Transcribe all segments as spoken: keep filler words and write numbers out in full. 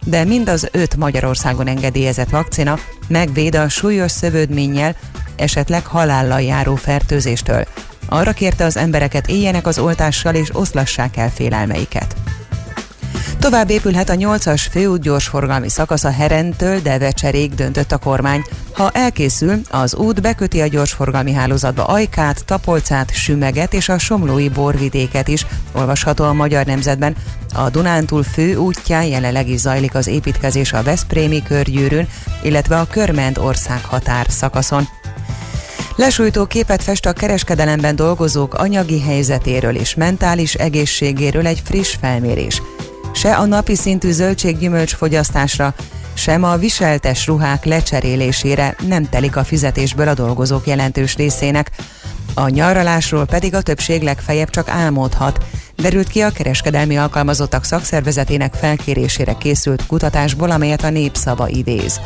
de mind az öt Magyarországon engedélyezett vakcina megvéd a súlyos szövődménnyel, esetleg halállal járó fertőzéstől. Arra kérte az embereket, éljenek az oltással és oszlassák el félelmeiket. Tovább épülhet a nyolcas főút gyorsforgalmi szakasza Herentől Devecseréig, döntött a kormány. Ha elkészül, az út beköti a gyorsforgalmi hálózatba Ajkát, Tapolcát, Sümeget és a somlói borvidéket is, olvasható a Magyar Nemzetben. A Dunántúl főútján jelenleg is zajlik az építkezés a veszprémi körgyűrűn, illetve a Körmend-ország határ szakaszon. Lesújtó képet fest a kereskedelemben dolgozók anyagi helyzetéről és mentális egészségéről egy friss felmérés. Se a napi szintű zöldséggyümölcs fogyasztásra, sem a viseltes ruhák lecserélésére nem telik a fizetésből a dolgozók jelentős részének. A nyaralásról pedig a többség legfeljebb csak álmodhat, derült ki a kereskedelmi alkalmazottak szakszervezetének felkérésére készült kutatásból, amelyet a Népszava idéz.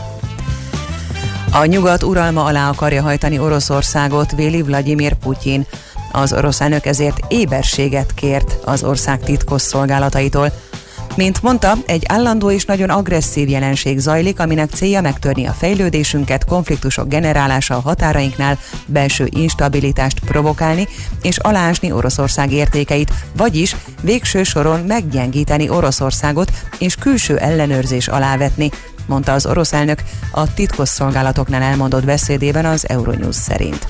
A nyugat uralma alá akarja hajtani Oroszországot, véli Vladimir Putyin. Az orosz elnök ezért éberséget kért az ország titkosszolgálataitól. Mint mondta, egy állandó és nagyon agresszív jelenség zajlik, aminek célja megtörni a fejlődésünket, konfliktusok generálása a határainknál, belső instabilitást provokálni és aláásni Oroszország értékeit, vagyis végső soron meggyengíteni Oroszországot és külső ellenőrzés alá vetni, mondta az orosz elnök a titkosszolgálatoknál elmondott beszédében az Euronews szerint.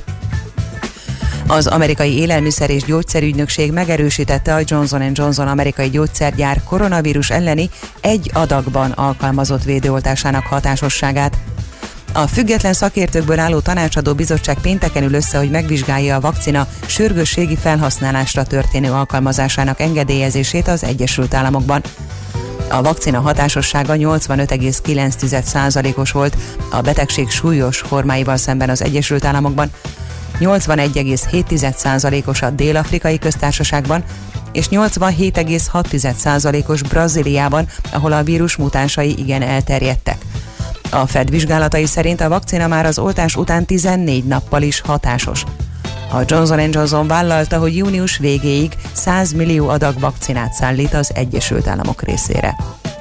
Az amerikai élelmiszer- és gyógyszerügynökség megerősítette a Johnson and Johnson amerikai gyógyszergyár koronavírus elleni egy adagban alkalmazott védőoltásának hatásosságát. A független szakértőkből álló tanácsadó bizottság pénteken ül össze, hogy megvizsgálja a vakcina sürgősségi felhasználásra történő alkalmazásának engedélyezését az Egyesült Államokban. A vakcina hatásossága nyolcvanöt egész kilenc százalékos volt a betegség súlyos formáival szemben az Egyesült Államokban, nyolcvanegy egész hét százalékos a Dél-Afrikai Köztársaságban, és nyolcvanhét egész hat százalékos Brazíliában, ahol a vírus mutánsai igen elterjedtek. A Fed vizsgálatai szerint a vakcina már az oltás után tizennégy nappal is hatásos. A Johnson and Johnson vállalta, hogy június végéig száz millió adag vakcinát szállít az Egyesült Államok részére.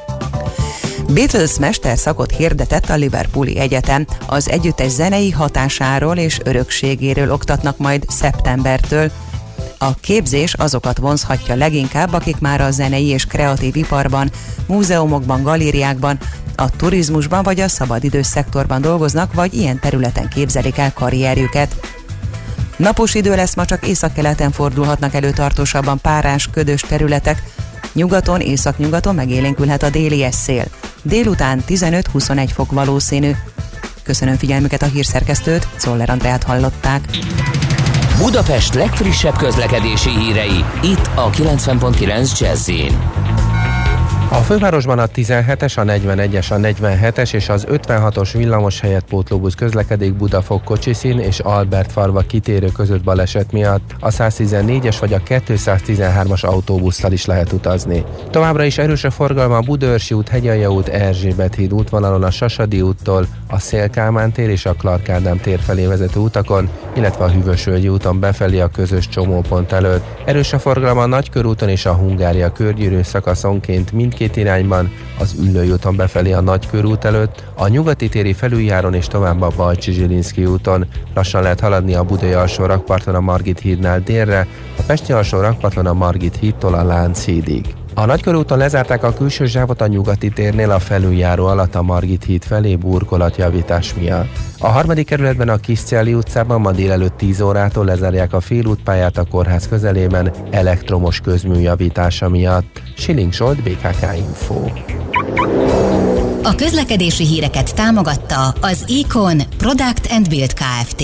Beatles mesterszakot hirdetett a Liverpooli Egyetem. Az együttes zenei hatásáról és örökségéről oktatnak majd szeptembertől. A képzés azokat vonzhatja leginkább, akik már a zenei és kreatív iparban, múzeumokban, galériákban, a turizmusban vagy a szabadidős szektorban dolgoznak, vagy ilyen területen képzelik el karrierjüket. Napos idő lesz, ma csak északkeleten fordulhatnak elő tartósabban párás, ködös területek, nyugaton, északnyugaton megélénkülhet a déli szél. Délután tizenöt-huszonegy fok valószínű. Köszönöm figyelmüket, a hírszerkesztőt, Czoller Andreát hallották. Budapest legfrissebb közlekedési hírei, itt a kilencven pont kilenc Jazz-in. A fővárosban a tizenhetes, a negyvenegyes, a negyvenhetes és az ötvenhatos villamos helyett pótlóbusz közlekedik Budafok Kocsiszín és Albertfalva kitérő között baleset miatt. A száztizennégyes vagy a kétszáztizenhármas autóbusszal is lehet utazni. Továbbra is erős a forgalma a Budaörsi út, Hegyalja út, Erzsébet híd útvonalon a Sasadi úttól, a Széll-Kálmán tér és a Clark Ádám tér felé vezető utakon, illetve a Hűvösvölgyi úton befelé a közös csomópont előtt. Erős a forgalma a Nagykörúton és a Hungária körgyűrű szakaszonként mindkét irányban, az Üllői úton befelé a Nagykörút előtt, a Nyugati téri felüljáron és tovább a Balcsi-Zsilinszky úton. Lassan lehet haladni a Budai alsó rakparton a Margit hídnál délre, a Pesti alsó rakparton a Margit hídtól a Lánchídig. A Nagykörúton lezárták a külső sávot a Nyugati térnél a felüljáró alatt a Margit híd felé burkolatjavítás miatt. A harmadik kerületben a Kiscelli utcában ma délelőtt tíz órától lezárják a félútpályát a kórház közelében elektromos közmű javítása miatt. Schilling Zsolt, bé ká ká Info. A közlekedési híreket támogatta az Icon Product and Build Kft.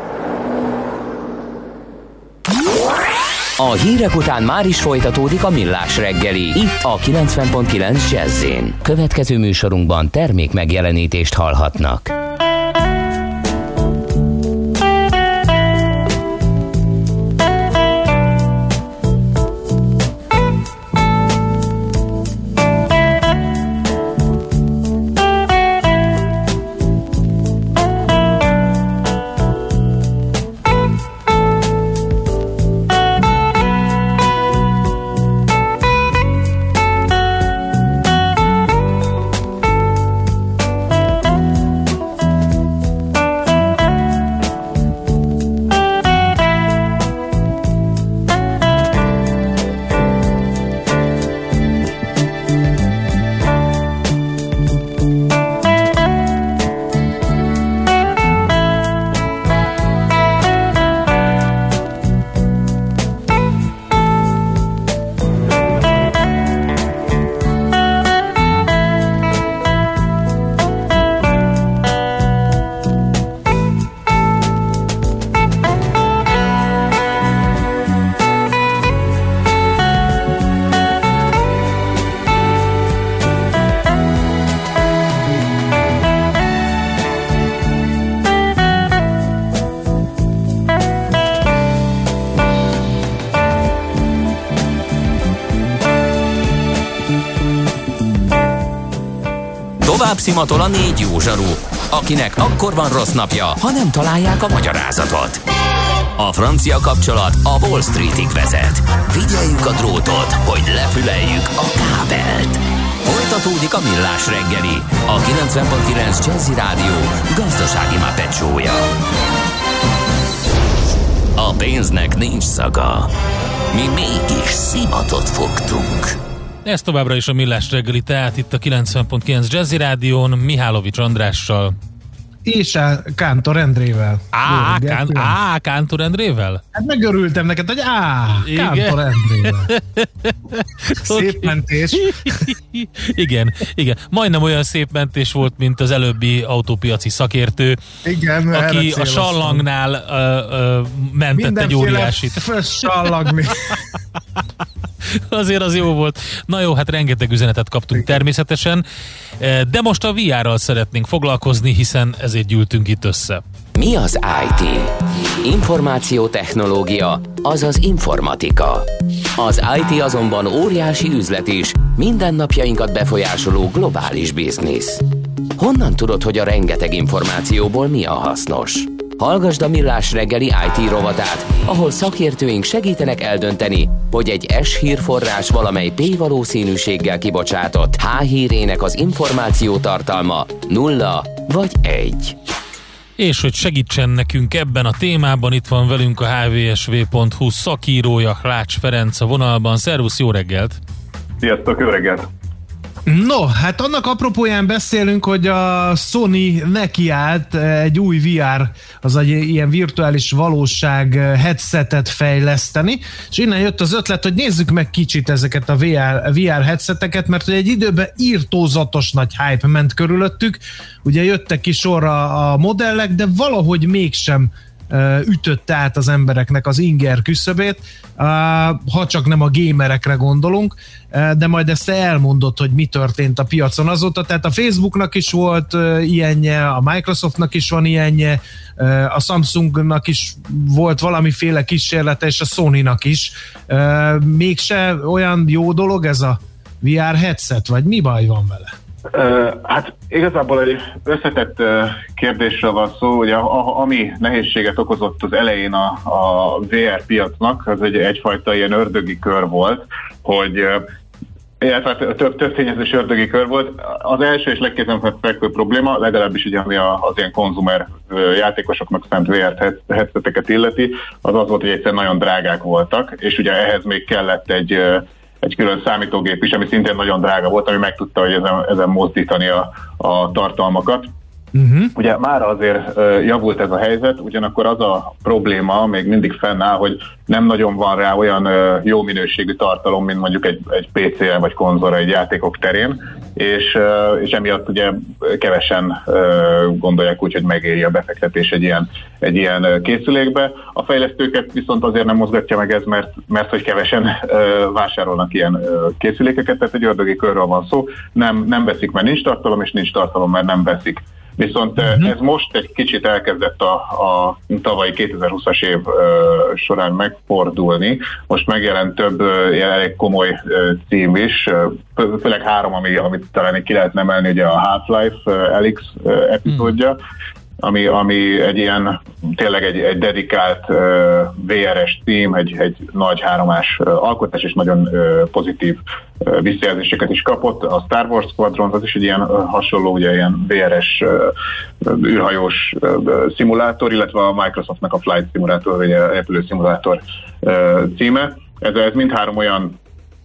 A hírek után már is folytatódik a Millás reggeli, itt a kilencven pont kilenc Jazz-in. Következő műsorunkban termék megjelenítést hallhatnak. Tovább szimatol a négy jó zsaru, akinek akkor van rossz napja, ha nem találják a magyarázatot. A francia kapcsolat a Wall Streetig vezet. Figyeljük a drótot, hogy lefüleljük a kábelt. Folytatódik a Millás reggeli, a kilencven pont kilenc Jazzy Rádió gazdasági mápecsója. A pénznek nincs szaga. Mi mégis szimatot fogtunk. Ez továbbra is a Millás reggeli, tehát itt a kilencven pont kilenc Jazzy Rádión Mihálovics Andrással. És a Kántor Endrével. Á, Kán, á, Kántor Endrével? Hát megörültem neked, hogy á, Kántor Endrével. Szép mentés. Igen, igen. Majdnem olyan szép mentés volt, mint az előbbi autópiaci szakértő. Igen, aki a sallangnál uh, uh, mentett egy óriásit. Sallagni. Azért az jó volt. Na jó, hát rengeteg üzenetet kaptunk természetesen, de most a vé er-ral szeretnénk foglalkozni, hiszen ezért gyűltünk itt össze. Mi az i té? Információtechnológia, azaz informatika. Az i té azonban óriási üzlet is, mindennapjainkat befolyásoló globális biznisz. Honnan tudod, hogy a rengeteg információból mi a hasznos? Hallgasd a Millás reggeli i té rovatát, ahol szakértőink segítenek eldönteni, hogy egy S-hírforrás valamely P-valószínűséggel kibocsátott H-hírének az információ tartalma nulla vagy egy. És hogy segítsen nekünk ebben a témában, itt van velünk a há vé es vé pont hú szakírója, Lács Ferenc a vonalban. Szervusz, jó reggelt! Sziasztok, jó reggelt! No, hát annak apropóján beszélünk, hogy a Sony nekiállt egy új vé er, az egy ilyen virtuális valóság headsetet fejleszteni, és innen jött az ötlet, hogy nézzük meg kicsit ezeket a vé er, vé er headseteket, mert egy időben írtózatos nagy hype ment körülöttük, ugye jöttek ki sorra a modellek, de valahogy mégsem ütött át az embereknek az inger küszöbét, ha csak nem a gamerekre gondolunk, de majd ezt elmondod, hogy mi történt a piacon azóta. Tehát a Facebooknak is volt ilyenje, a Microsoftnak is van ilyenje, a Samsungnak is volt valamiféle kísérlete, és a Sonynak is. Mégse olyan jó dolog ez a vé er headset, vagy mi baj van vele? Uh, hát igazából egy összetett uh, kérdésről van szó, ugye a, a, ami nehézséget okozott az elején a, a vé er piacnak, az egy, egyfajta ilyen ördögi kör volt, hogy uh, illetve több, több tényezős ördögi kör volt. Az első és legkézenfekvő probléma, legalábbis ugye, ami a, az ilyen konzumer uh, játékosoknak szánt vé er headseteket illeti, az az volt, hogy egyszerűen nagyon drágák voltak, és ugye ehhez még kellett egy uh, egy külön számítógép is, ami szintén nagyon drága volt, ami meg tudta, hogy ezen, ezen mozdítani a, a tartalmakat. Uh-huh. Ugye már azért uh, javult ez a helyzet, ugyanakkor az a probléma még mindig fennáll, hogy nem nagyon van rá olyan uh, jó minőségű tartalom, mint mondjuk egy, egy pé cé-re vagy konzolra, egy játékok terén, és, uh, és emiatt ugye kevesen uh, gondolják úgy, hogy megéri a befektetés egy ilyen, egy ilyen uh, készülékbe. A fejlesztőket viszont azért nem mozgatja meg ez, mert, mert hogy kevesen uh, vásárolnak ilyen uh, készülékeket, tehát egy ördögi körről van szó, nem, nem veszik, mert nincs tartalom, és nincs tartalom, mert nem veszik. Viszont uh-huh. ez most egy kicsit elkezdett a, a tavalyi kétezer-húszas év uh, során megfordulni. Most megjelent több uh, elég komoly uh, cím is, uh, főleg három, ami, amit talán ki lehetne emelni, ugye a Half-Life uh, Alyx uh, epizódja, uh-huh. ami, ami egy ilyen, tényleg egy, egy dedikált uh, vé er-es cím, egy, egy nagy háromás uh, alkotás, és nagyon uh, pozitív uh, visszajelzéseket is kapott. A Star Wars Squadron, az is egy ilyen uh, hasonló, ugye ilyen vé er-es uh, űrhajós uh, szimulátor, illetve a Microsoftnak a Flight Simulator, vagy a repülő szimulátor uh, címe. Ez, ez mindhárom olyan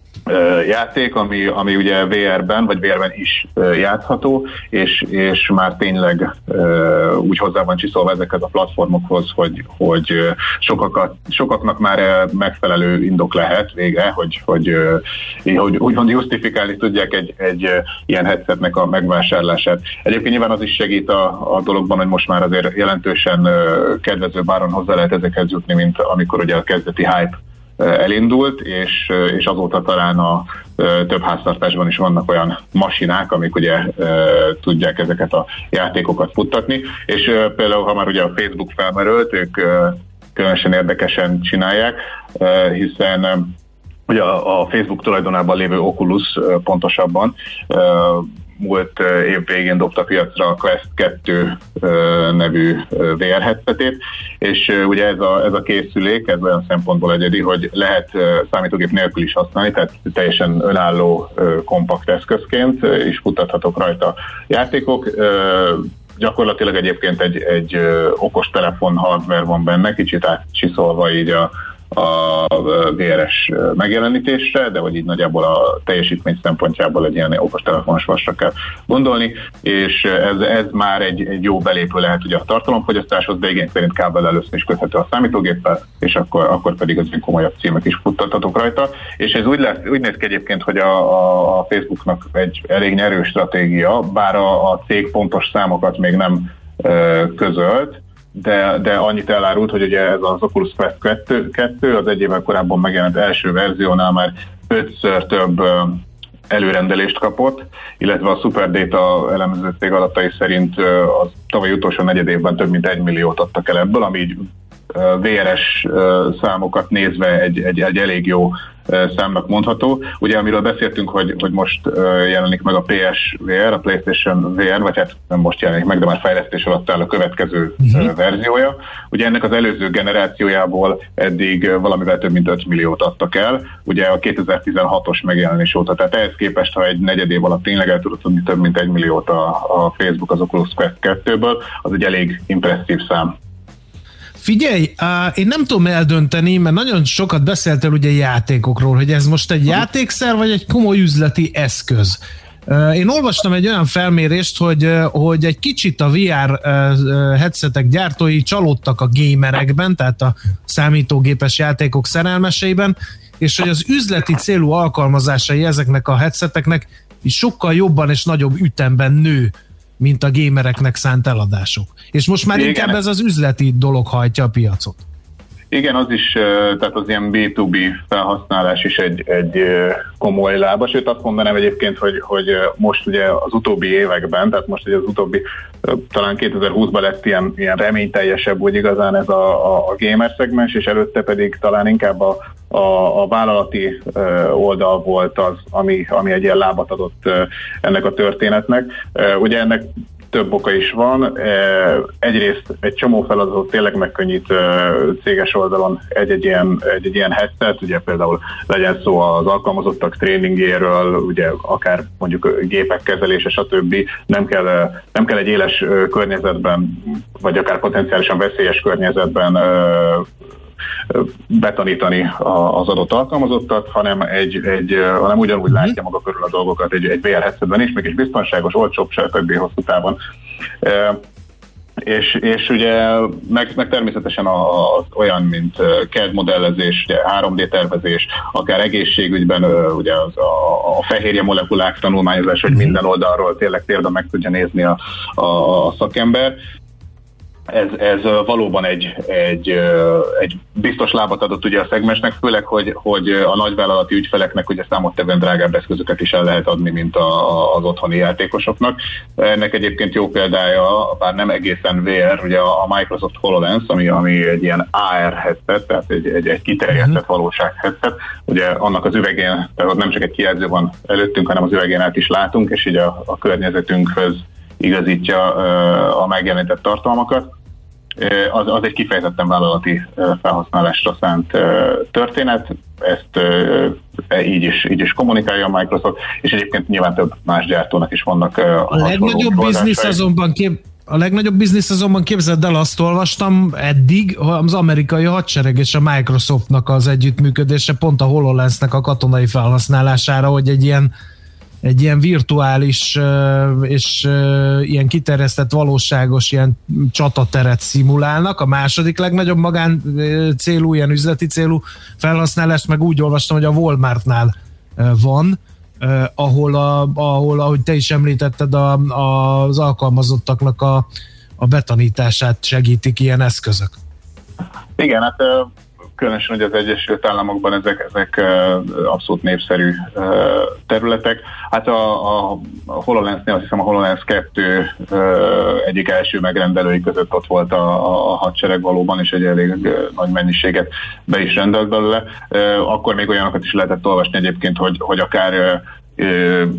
játék, ami, ami ugye vé er-ben, vagy vé er-ben is játszható, és, és már tényleg úgy hozzá van csiszolva ezekhez a platformokhoz, hogy, hogy sokakat, sokaknak már megfelelő indok lehet végre, hogy, hogy, hogy úgymond justifikálni tudják egy, egy ilyen headsetnek a megvásárlását. Egyébként nyilván az is segít a, a dologban, hogy most már azért jelentősen kedvezőbb áron hozzá lehet ezekhez jutni, mint amikor ugye a kezdeti hype elindult, és, és azóta talán a több háztartásban is vannak olyan masinák, amik ugye tudják ezeket a játékokat futtatni, és például, ha már ugye a Facebook felmerült, ők különösen érdekesen csinálják, hiszen ugye a Facebook tulajdonában lévő Oculus pontosabban múlt év végén dobta piacra a Quest kettő nevű vé er headsetét, és ugye ez a, ez a készülék, ez olyan szempontból egyedi, hogy lehet számítógép nélkül is használni, tehát teljesen önálló kompakt eszközként is futtathatók rajta játékok. Gyakorlatilag egyébként egy, egy okostelefon hardware van benne, kicsit átcsiszolva így a a vé er-es megjelenítésre, de hogy így nagyjából a teljesítmény szempontjából egy ilyen okostelefonos vasra kell gondolni, és ez, ez már egy, egy jó belépő lehet ugye a tartalomfogyasztáshoz, de igény szerint kábel először is köthető a számítógéppel, és akkor, akkor pedig az egy komolyabb címek is futtathatók rajta, és ez úgy, lesz, úgy néz ki egyébként, hogy a, a, a Facebooknak egy elég nyerő stratégia, bár a, a cég pontos számokat még nem ö, közölt, De, de annyit elárult, hogy ugye ez az Oculus Quest kettő az egy évvel korábban megjelent első verziónál már ötször több előrendelést kapott, illetve a SuperData elemző cég adatai szerint az tavaly utolsó negyedévben több mint egy milliót adtak el ebből, ami így vé er-es számokat nézve egy, egy, egy elég jó számnak mondható. Ugye amiről beszéltünk, hogy, hogy most jelenik meg a pé es vé er, a PlayStation vé er, vagy hát nem most jelenik meg, de már fejlesztés alatt áll a következő uh-huh. verziója. Ugye ennek az előző generációjából eddig valamivel több mint öt milliót adtak el, ugye a kétezer-tizenhatos megjelenés óta. Tehát ehhez képest, ha egy negyed év alatt tényleg el tudott tudni több mint egy milliót a, a Facebook az Oculus Quest kettőből, az egy elég impresszív szám. Figyelj, én nem tudom eldönteni, mert nagyon sokat beszéltél ugye játékokról, hogy ez most egy játékszer, vagy egy komoly üzleti eszköz. Én olvastam egy olyan felmérést, hogy, hogy egy kicsit a vé er headsetek gyártói csalódtak a gamerekben, tehát a számítógépes játékok szerelmeseiben, és hogy az üzleti célú alkalmazásai ezeknek a headseteknek is sokkal jobban és nagyobb ütemben nő, mint a gamereknek szánt eladások. És most már igen, inkább ez az üzleti dolog hajtja a piacot. Igen, az is, tehát az ilyen bé kettő bé felhasználás is egy, egy komoly lába, sőt azt mondanám egyébként, hogy, hogy most ugye az utóbbi években, tehát most ugye az utóbbi, talán kétezer-húszban lett ilyen, ilyen reményteljesebb úgy igazán ez a, a, a gamer szegmens, és előtte pedig talán inkább a, a, a vállalati oldal volt az, ami, ami egy ilyen lábat adott ennek a történetnek. Ugye ennek több oka is van. Egyrészt egy csomó feladatot tényleg megkönnyít céges oldalon egy-egy ilyen, egy-egy ilyen headset, ugye például legyen szó az alkalmazottak tréningéről, ugye akár mondjuk gépek kezelése, stb. Nem kell, nem kell egy éles környezetben, vagy akár potenciálisan veszélyes környezetben betanítani az adott alkalmazottat, hanem, egy, egy, hanem ugyanúgy látja maga körül a dolgokat egy, egy vé er headsetben is, mégis biztonságos, olcsóbb, stb. Hosszú távon. E, és, és ugye meg, meg természetesen az olyan, mint cé á dé modellezés, ugye három dé tervezés, akár egészségügyben ugye az a, a fehérje molekulák tanulmányozás, hogy minden oldalról tényleg térden meg tudja nézni a, a, a szakember. Ez, ez valóban egy, egy, egy biztos lábat adott ugye a szegmensnek, főleg, hogy, hogy a nagyvállalati ügyfeleknek ugye számottevően drágább eszközöket is el lehet adni, mint a, az otthoni játékosoknak. Ennek egyébként jó példája, bár nem egészen vé er, ugye a Microsoft HoloLens, ami, ami egy ilyen á er headset, tehát egy, egy, egy kiterjesztett valóság headset. Ugye annak az üvegén, tehát nem csak egy kijelző van előttünk, hanem az üvegén át is látunk, és így a, a környezetünkhöz igazítja a megjelenített tartalmakat. Az, az egy kifejezetten vállalati felhasználásra szánt történet, ezt így is, így is kommunikálja a Microsoft, és egyébként nyilván több más gyártónak is vannak a legnagyobb biznisz azonban kép, A legnagyobb biznisz azonban képzeld el, azt olvastam eddig, az amerikai hadsereg és a Microsoftnak az együttműködése pont a HoloLensnek a katonai felhasználására, hogy egy ilyen egy ilyen virtuális és ilyen kiterjesztett valóságos ilyen csatateret szimulálnak. A második legnagyobb magán célú, ilyen üzleti célú felhasználást meg úgy olvastam, hogy a Walmartnál van, ahol, a, ahol ahogy te is említetted, a, a, az alkalmazottaknak a, a betanítását segítik ilyen eszközök. Igen, hát különösen, hogy az Egyesült Államokban ezek, ezek abszolút népszerű területek. Hát a, a, a HoloLensnél azt hiszem a HoloLens kettő egyik első megrendelői között ott volt a, a hadsereg valóban, és egy elég nagy mennyiséget be is rendelt belőle. Akkor még olyanokat is lehetett olvasni egyébként, hogy, hogy akár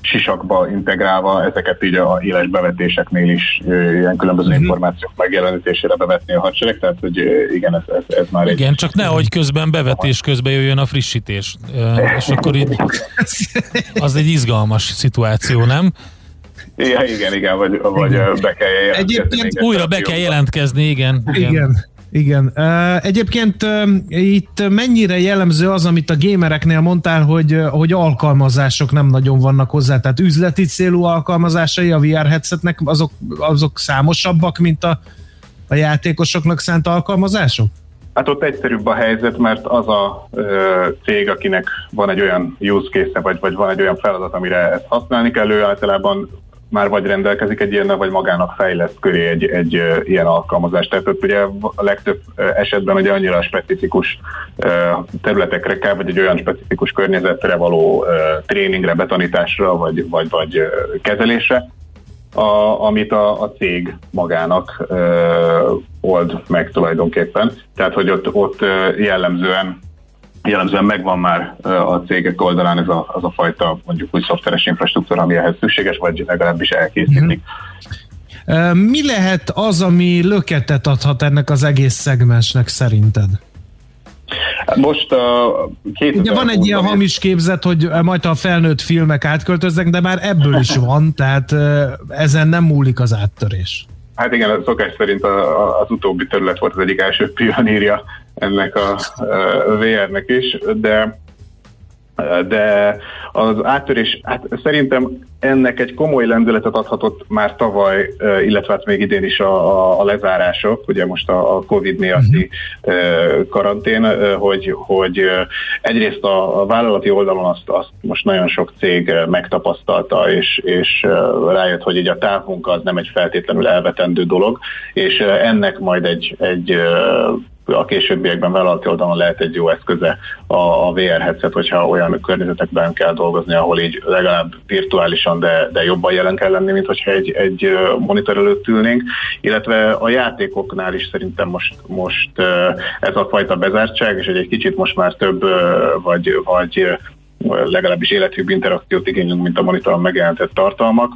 sisakba integrálva ezeket így a éles bevetéseknél is ilyen különböző uh-huh. információk megjelenítésére bevetni a hadsereg, tehát hogy igen, ez, ez, ez már igen, egy... csak nehogy közben bevetés közben jöjjön a frissítés, és akkor így az egy izgalmas szituáció, nem? Igen, igen, igen, vagy, vagy be kell jelentkezni. Egyébként újra be kell jelentkezni, igen. Igen. igen. Igen. Uh, egyébként uh, itt mennyire jellemző az, amit a gamereknél mondtál, hogy, uh, hogy alkalmazások nem nagyon vannak hozzá, tehát üzleti célú alkalmazásai a vé er headsetnek azok, azok számosabbak, mint a, a játékosoknak szánt alkalmazások? Hát ott egyszerűbb a helyzet, mert az a ö, cég, akinek van egy olyan use case-e, vagy, vagy van egy olyan feladat, amire ezt használni kell, ő általában már vagy rendelkezik egy ilyennel, vagy magának fejleszt köré egy, egy uh, ilyen alkalmazást. Tehát ott ugye a legtöbb uh, esetben ugye annyira specifikus uh, területekre kell, vagy egy olyan specifikus környezetre való uh, tréningre, betanításra, vagy, vagy, vagy uh, kezelésre, a, amit a, a cég magának uh, old meg tulajdonképpen. Tehát, hogy ott, ott uh, jellemzően Jellemzően megvan már a cégek oldalán ez a, az a fajta mondjuk úgy szoftveres infrastruktúra, ami ehhez szükséges, vagy legalábbis elkészítik. Uh-huh. Mi lehet az, ami löketet adhat ennek az egész szegmensnek szerinted? Most a két ugye van egy ilyen hamis képzet, hogy majd a felnőtt filmek átköltöznek, de már ebből is van, tehát ezen nem múlik az áttörés. Hát igen, a szokás szerint a, a, az utóbbi terület volt az egyik első pionírja ennek a, a vé er-nek is, de, de az áttörés, hát szerintem ennek egy komoly lendületet adhatott már tavaly, illetve hát még idén is a, a, a lezárások, ugye most a, a Covid miatti uh-huh. karantén, hogy, hogy egyrészt a, a vállalati oldalon azt, azt most nagyon sok cég megtapasztalta, és, és rájött, hogy így a távmunka az nem egy feltétlenül elvetendő dolog, és ennek majd egy, egy a későbbiekben vállalati oldalon lehet egy jó eszköze a, a vé er headset, hogyha olyan környezetekben kell dolgozni, ahol így legalább virtuálisan, de, de jobban jelen kell lenni, mint hogyha egy, egy monitor előtt ülnénk, illetve a játékoknál is szerintem most, most ez a fajta bezártság, és egy kicsit most már több, vagy, vagy legalábbis élethűbb interakciót igénylünk, mint a monitoron megjelentett tartalmak.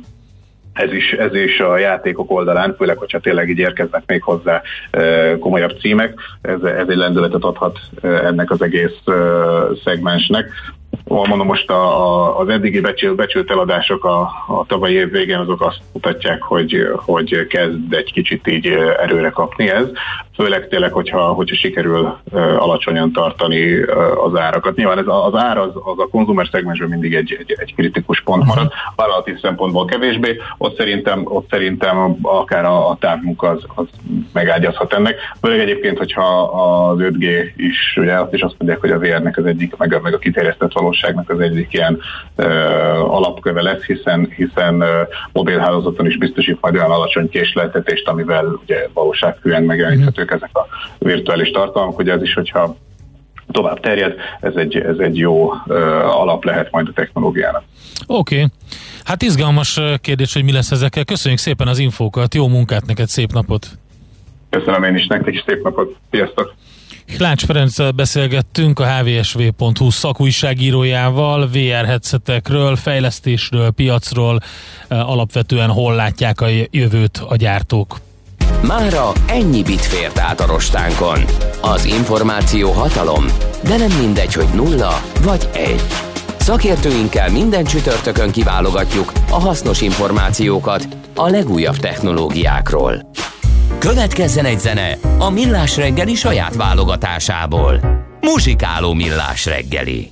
Ez is, ez is a játékok oldalán, főleg, hogyha tényleg így érkeznek még hozzá e, komolyabb címek, ez, ez egy lendületet adhat e, ennek az egész e, szegmensnek. Mondom, most a, a, az eddigi becsült, becsült eladások a, a tavalyi év végén azok azt mutatják, hogy, hogy kezd egy kicsit így erőre kapni ez. Főleg tényleg, hogyha, hogyha sikerül uh, alacsonyan tartani uh, az árakat. Nyilván ez a, az ár az, az a konzumer szegmensben mindig egy, egy, egy kritikus pont marad, vállalati szempontból kevésbé, ott szerintem, ott szerintem akár a, a távmunka az, az megágyazhat ennek. Főleg egyébként, hogyha az öt gé is, ugye azt is azt mondják, hogy a vé er-nek az egyik, meg a, meg a kiterjesztett valóságnak az egyik ilyen uh, alapköve lesz, hiszen, hiszen uh, mobilhálózaton is biztosít majd olyan alacsony késleltetést, amivel ugye valósághűen megjeleníthetők ezek a virtuális tartalmak, hogy ez is, hogyha tovább terjed, ez egy, ez egy jó uh, alap lehet majd a technológiának. Oké. Okay. Hát izgalmas kérdés, hogy mi lesz ezekkel. Köszönjük szépen az infókat, jó munkát neked, szép napot! Köszönöm én is, nektek is szép napot, sziasztok! Lács Ferenccel beszélgettünk, a há vé es vé pont hú szakújságírójával, vé er headsetekről, fejlesztésről, piacról, alapvetően hol látják a jövőt a gyártók. Mára ennyi bit fért át a rostánkon. Az információ hatalom, de nem mindegy, hogy nulla vagy egy. Szakértőinkkel minden csütörtökön kiválogatjuk a hasznos információkat a legújabb technológiákról. Következzen egy zene a Millás reggeli saját válogatásából. Muzsikáló Millás reggeli.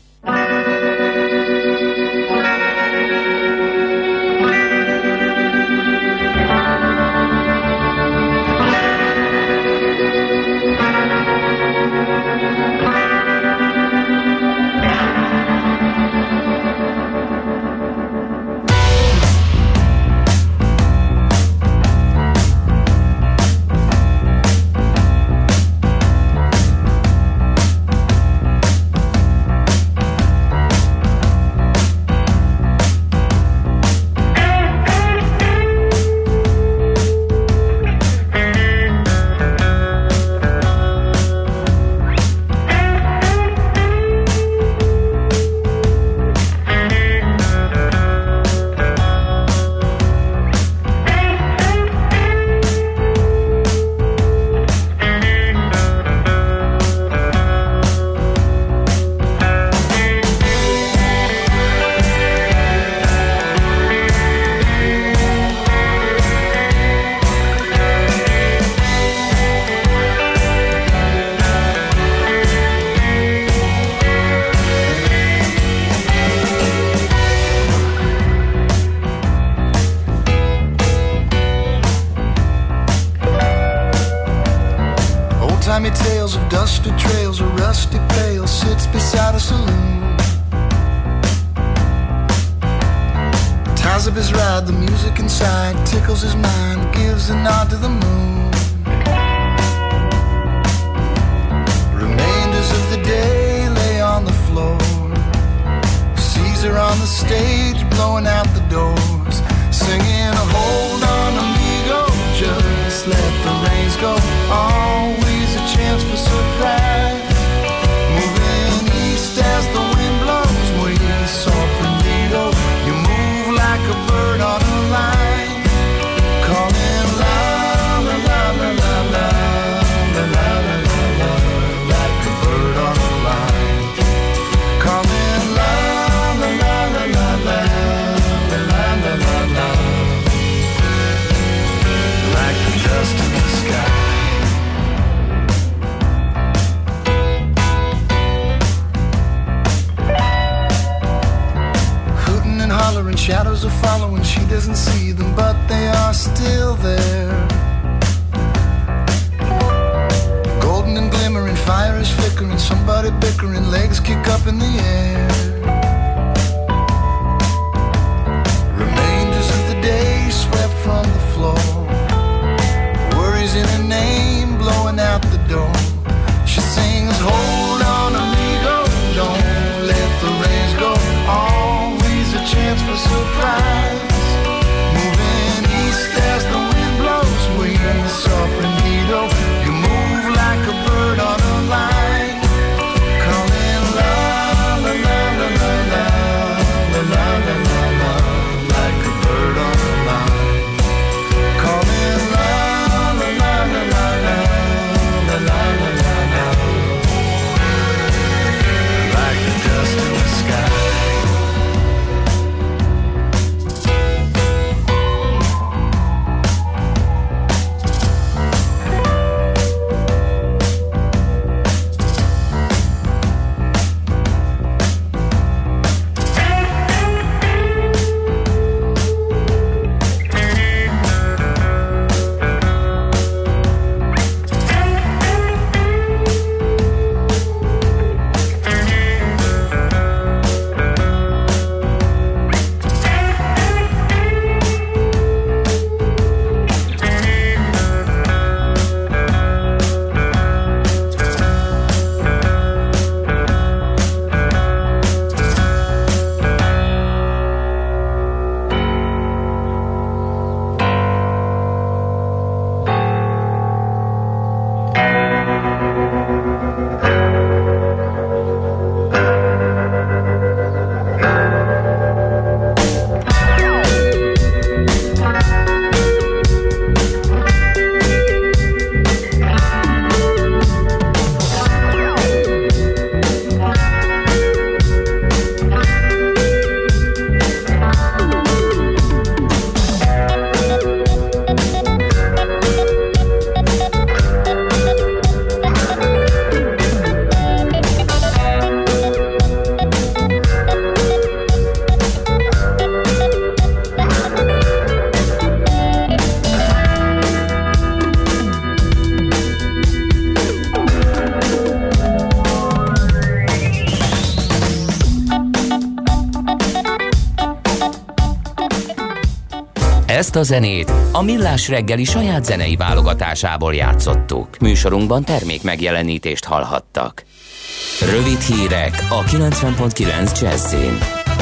tales of dusty trails. A rusty pail sits beside a saloon. Ties up his ride, the music inside tickles his mind, gives a nod to the moon. Remainders of the day lay on the floor. Seas are on the stage, blowing out the doors, singing a hold on amigo, just let the rains go. Always a chance for surprise. Moving east as the wind blows, we saw Prendido. You move like a bird on a line, calling la la la la la la la la la la, like a bird on a line, calling la la la la la la la la la la, like the dust in the sky. Hooting and hollering, shadows are following. She doesn't see them, but they are still there. Golden and glimmering, fire is flickering. Somebody bickering, legs kick up in the air. Remainders of the day swept from the floor. Worries in her name, blowing out the door. She sings, hold on amigo, don't let the rains go. Always a chance for surprise. Moving east as the wind blows, we saw Prendido. You move like a bird on a line, calling la la la la la la la la la la la, like a bird on a line, calling la la la la la la la la la la la, like the dust in the sky. Ezt a zenét a Millás reggeli saját zenei válogatásából játszottuk. Műsorunkban termék megjelenítést hallhattak. Rövid hírek a kilencven pont kilenc Jazzin.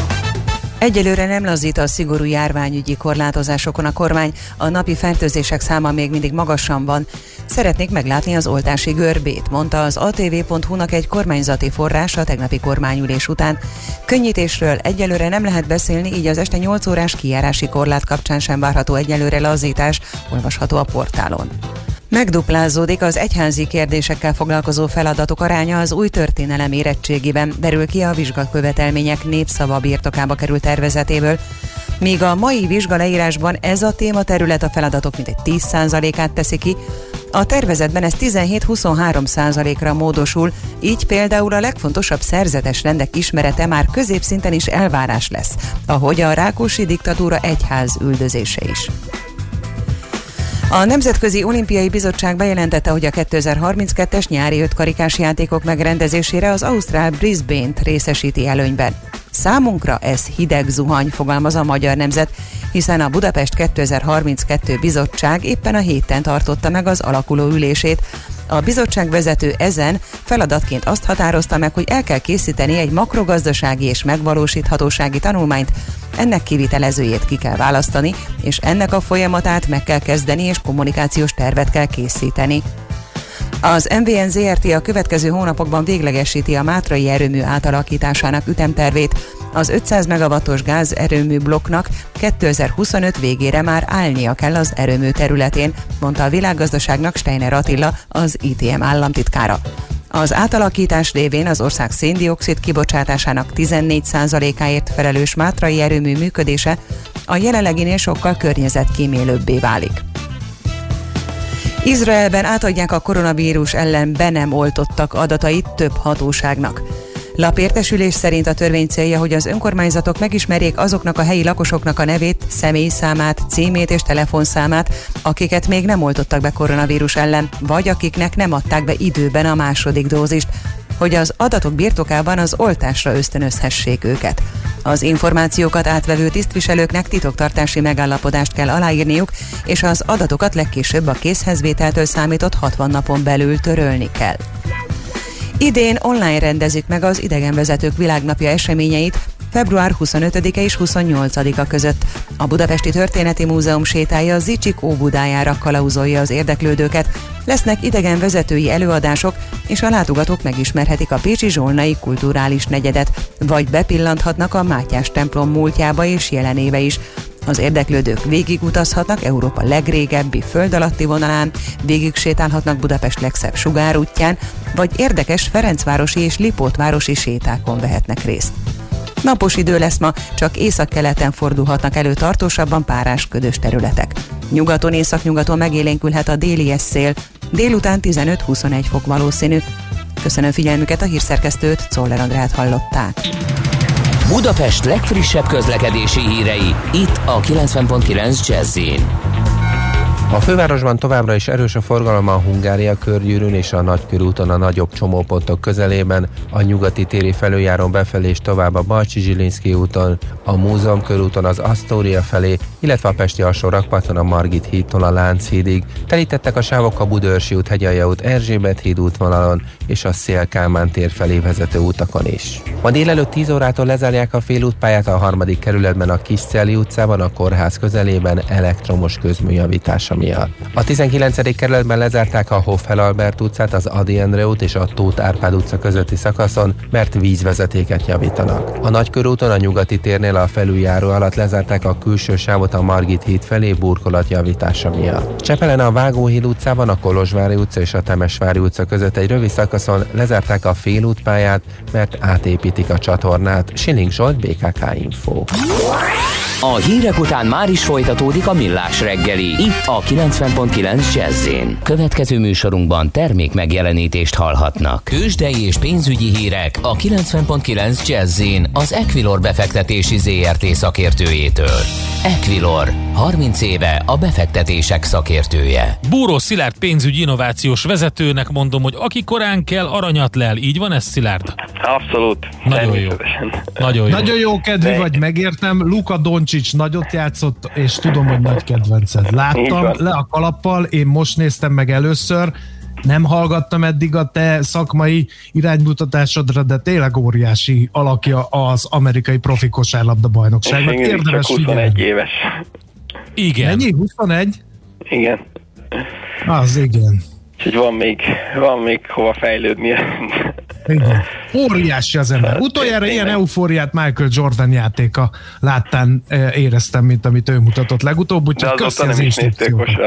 Egyelőre nem lazít a szigorú járványügyi korlátozásokon a kormány, a napi fertőzések száma még mindig magasan van. Szeretnék meglátni az oltási görbét, mondta az á té vé pont hú-nak egy kormányzati forrás a tegnapi kormányülés után. Könnyítésről egyelőre nem lehet beszélni, így az este nyolc órás kijárási korlát kapcsán sem várható egyelőre lazítás, olvasható a portálon. Megduplázódik az egyházi kérdésekkel foglalkozó feladatok aránya az új történelem érettségiben, derül ki a vizsgakövetelmények népszava birtokába került tervezetéből. Míg a mai vizsgaleírásban ez a tématerület a feladatok mintegy tíz százalékát teszi ki, a tervezetben ez tizenhét-huszonhárom százalékra módosul, így például a legfontosabb szerzetes rendek ismerete már középszinten is elvárás lesz, ahogy a Rákosi diktatúra egyház üldözése is. A Nemzetközi Olimpiai Bizottság bejelentette, hogy a kétezer-harminckettes nyári ötkarikás játékok megrendezésére az ausztrál Brisbane-t részesíti előnyben. Számunkra ez hideg zuhany, fogalmaz a magyar nemzet, hiszen a Budapest kétezer-harminckettő bizottság éppen a héten tartotta meg az alakuló ülését. A bizottság vezető ezen feladatként azt határozta meg, hogy el kell készíteni egy makrogazdasági és megvalósíthatósági tanulmányt, ennek kivitelezőjét ki kell választani, és ennek a folyamatát meg kell kezdeni, és kommunikációs tervet kell készíteni. Az em vé en zé er té a következő hónapokban véglegesíti a mátrai erőmű átalakításának ütemtervét. Az ötszáz megawattos gázerőmű blokknak kétezer-huszonöt végére már állnia kell az erőmű területén, mondta a Világgazdaságnak Steiner Attila, az i té em államtitkára. Az átalakítás révén az ország szén-dioxid kibocsátásának tizennégy százalékáért felelős mátrai erőmű működése a jelenleginél sokkal környezetkímélőbbé válik. Izraelben átadják a koronavírus ellen be nem oltottak adatait több hatóságnak. Lapértesülés szerint a törvény célja, hogy az önkormányzatok megismerjék azoknak a helyi lakosoknak a nevét, személyszámát, címét és telefonszámát, akiket még nem oltottak be koronavírus ellen, vagy akiknek nem adták be időben a második dózist, hogy az adatok birtokában az oltásra ösztönözhessék őket. Az információkat átvevő tisztviselőknek titoktartási megállapodást kell aláírniuk, és az adatokat legkésőbb a készhezvételtől számított hatvan napon belül törölni kell. Idén online rendezik meg az idegenvezetők világnapja eseményeit február huszonötödike és huszonnyolcadika között. A Budapesti Történeti Múzeum sétája Zicsik Óbudájára kalauzolja az érdeklődőket. Lesznek idegenvezetői előadások, és a látogatók megismerhetik a pécsi zsolnai kulturális negyedet, vagy bepillanthatnak a Mátyás templom múltjába és jelenébe is. Az érdeklődők végigutazhatnak Európa legrégebbi föld alatti vonalán, végig sétálhatnak Budapest legszebb sugárútján, vagy érdekes ferencvárosi és lipótvárosi sétákon vehetnek részt. Napos idő lesz ma, csak északkeleten fordulhatnak elő tartósabban párás ködös területek. Nyugaton, északnyugaton megélénkülhet a déli szél, délután tizenöt-huszonegy fok valószínű. Köszönöm figyelmüket, a hírszerkesztőt, Czoller Andrát hallották. Budapest legfrissebb közlekedési hírei, itt a kilencven pont kilenc Jazz-in. A fővárosban továbbra is erős a forgalom a Hungária körgyűrűn és a Nagykörúton a nagyobb csomópontok közelében, a Nyugati téri felüljáron befelé és tovább a Balcsi-Zsilinszky úton, a Múzeum körúton az Asztória felé, illetve a Pesti alsórakparton a Margit hídtól a Lánchídig. Telítettek a sávok a Budaörsi út, Hegyalja út, Erzsébet híd útvonalon és a Széll-Kálmán tér felé vezető utakon is. Ma délelőtt tíz órától lezárják a félútpályát a harmadik kerületben a Kiscelli utcában, a kórház közelében elektromos közműjavítása miatt. A tizenkilencedik kerületben lezárták a Hoffel Albert utcát, az Ady Endre út és a Tóth Árpád utca közötti szakaszon, mert vízvezetéket javítanak. A Nagykörúton a Nyugati térnél a felüljáró alatt lezárták a külső sávot a Margit híd felé burkolat javítása miatt. Csepelen a Vágóhíd utcában, a Kolozsvári utca és a Temesvári utca között egy rövid szakaszon lezárták a félútpályát, mert átépítik a csatornát. Siling Zsolt, bé ká ká Info. A hírek után már is folytatódik a Millás reggeli, itt a kilencven pont kilenc Jazz-in. Következő műsorunkban termék megjelenítést hallhatnak. Tőzsdei és pénzügyi hírek a kilencven pont kilenc Jazz-in az Equilor befektetési zé er té szakértőjétől. Equilor, harminc éve a befektetések szakértője. Búró Szilárd pénzügyi innovációs vezetőnek mondom, hogy aki korán kell, aranyat lel. Így van ez, Szilárd? Abszolút. Nagyon jó. Nagyon jó. Nagyon jó kedvű De... vagy, megértem. Luka Doncsics nagyot játszott, és tudom, hogy nagy kedvenced. Láttam le a kalappal, én most néztem meg először, nem hallgattam eddig a te szakmai iránymutatásodra, de tényleg óriási alakja az amerikai profi kosárlabda bajnokságnak. Érdemes csak huszonegy éves. Igen. Mennyi? huszonegy? Igen. Az igen. Úgyhogy van még, van még hova fejlődnie. Igen. Óriási az ember. Utoljára ilyen eufóriát Michael Jordan játéka láttán éreztem, mint amit ő mutatott legutóbb, úgyhogy köszi az instrukciókat.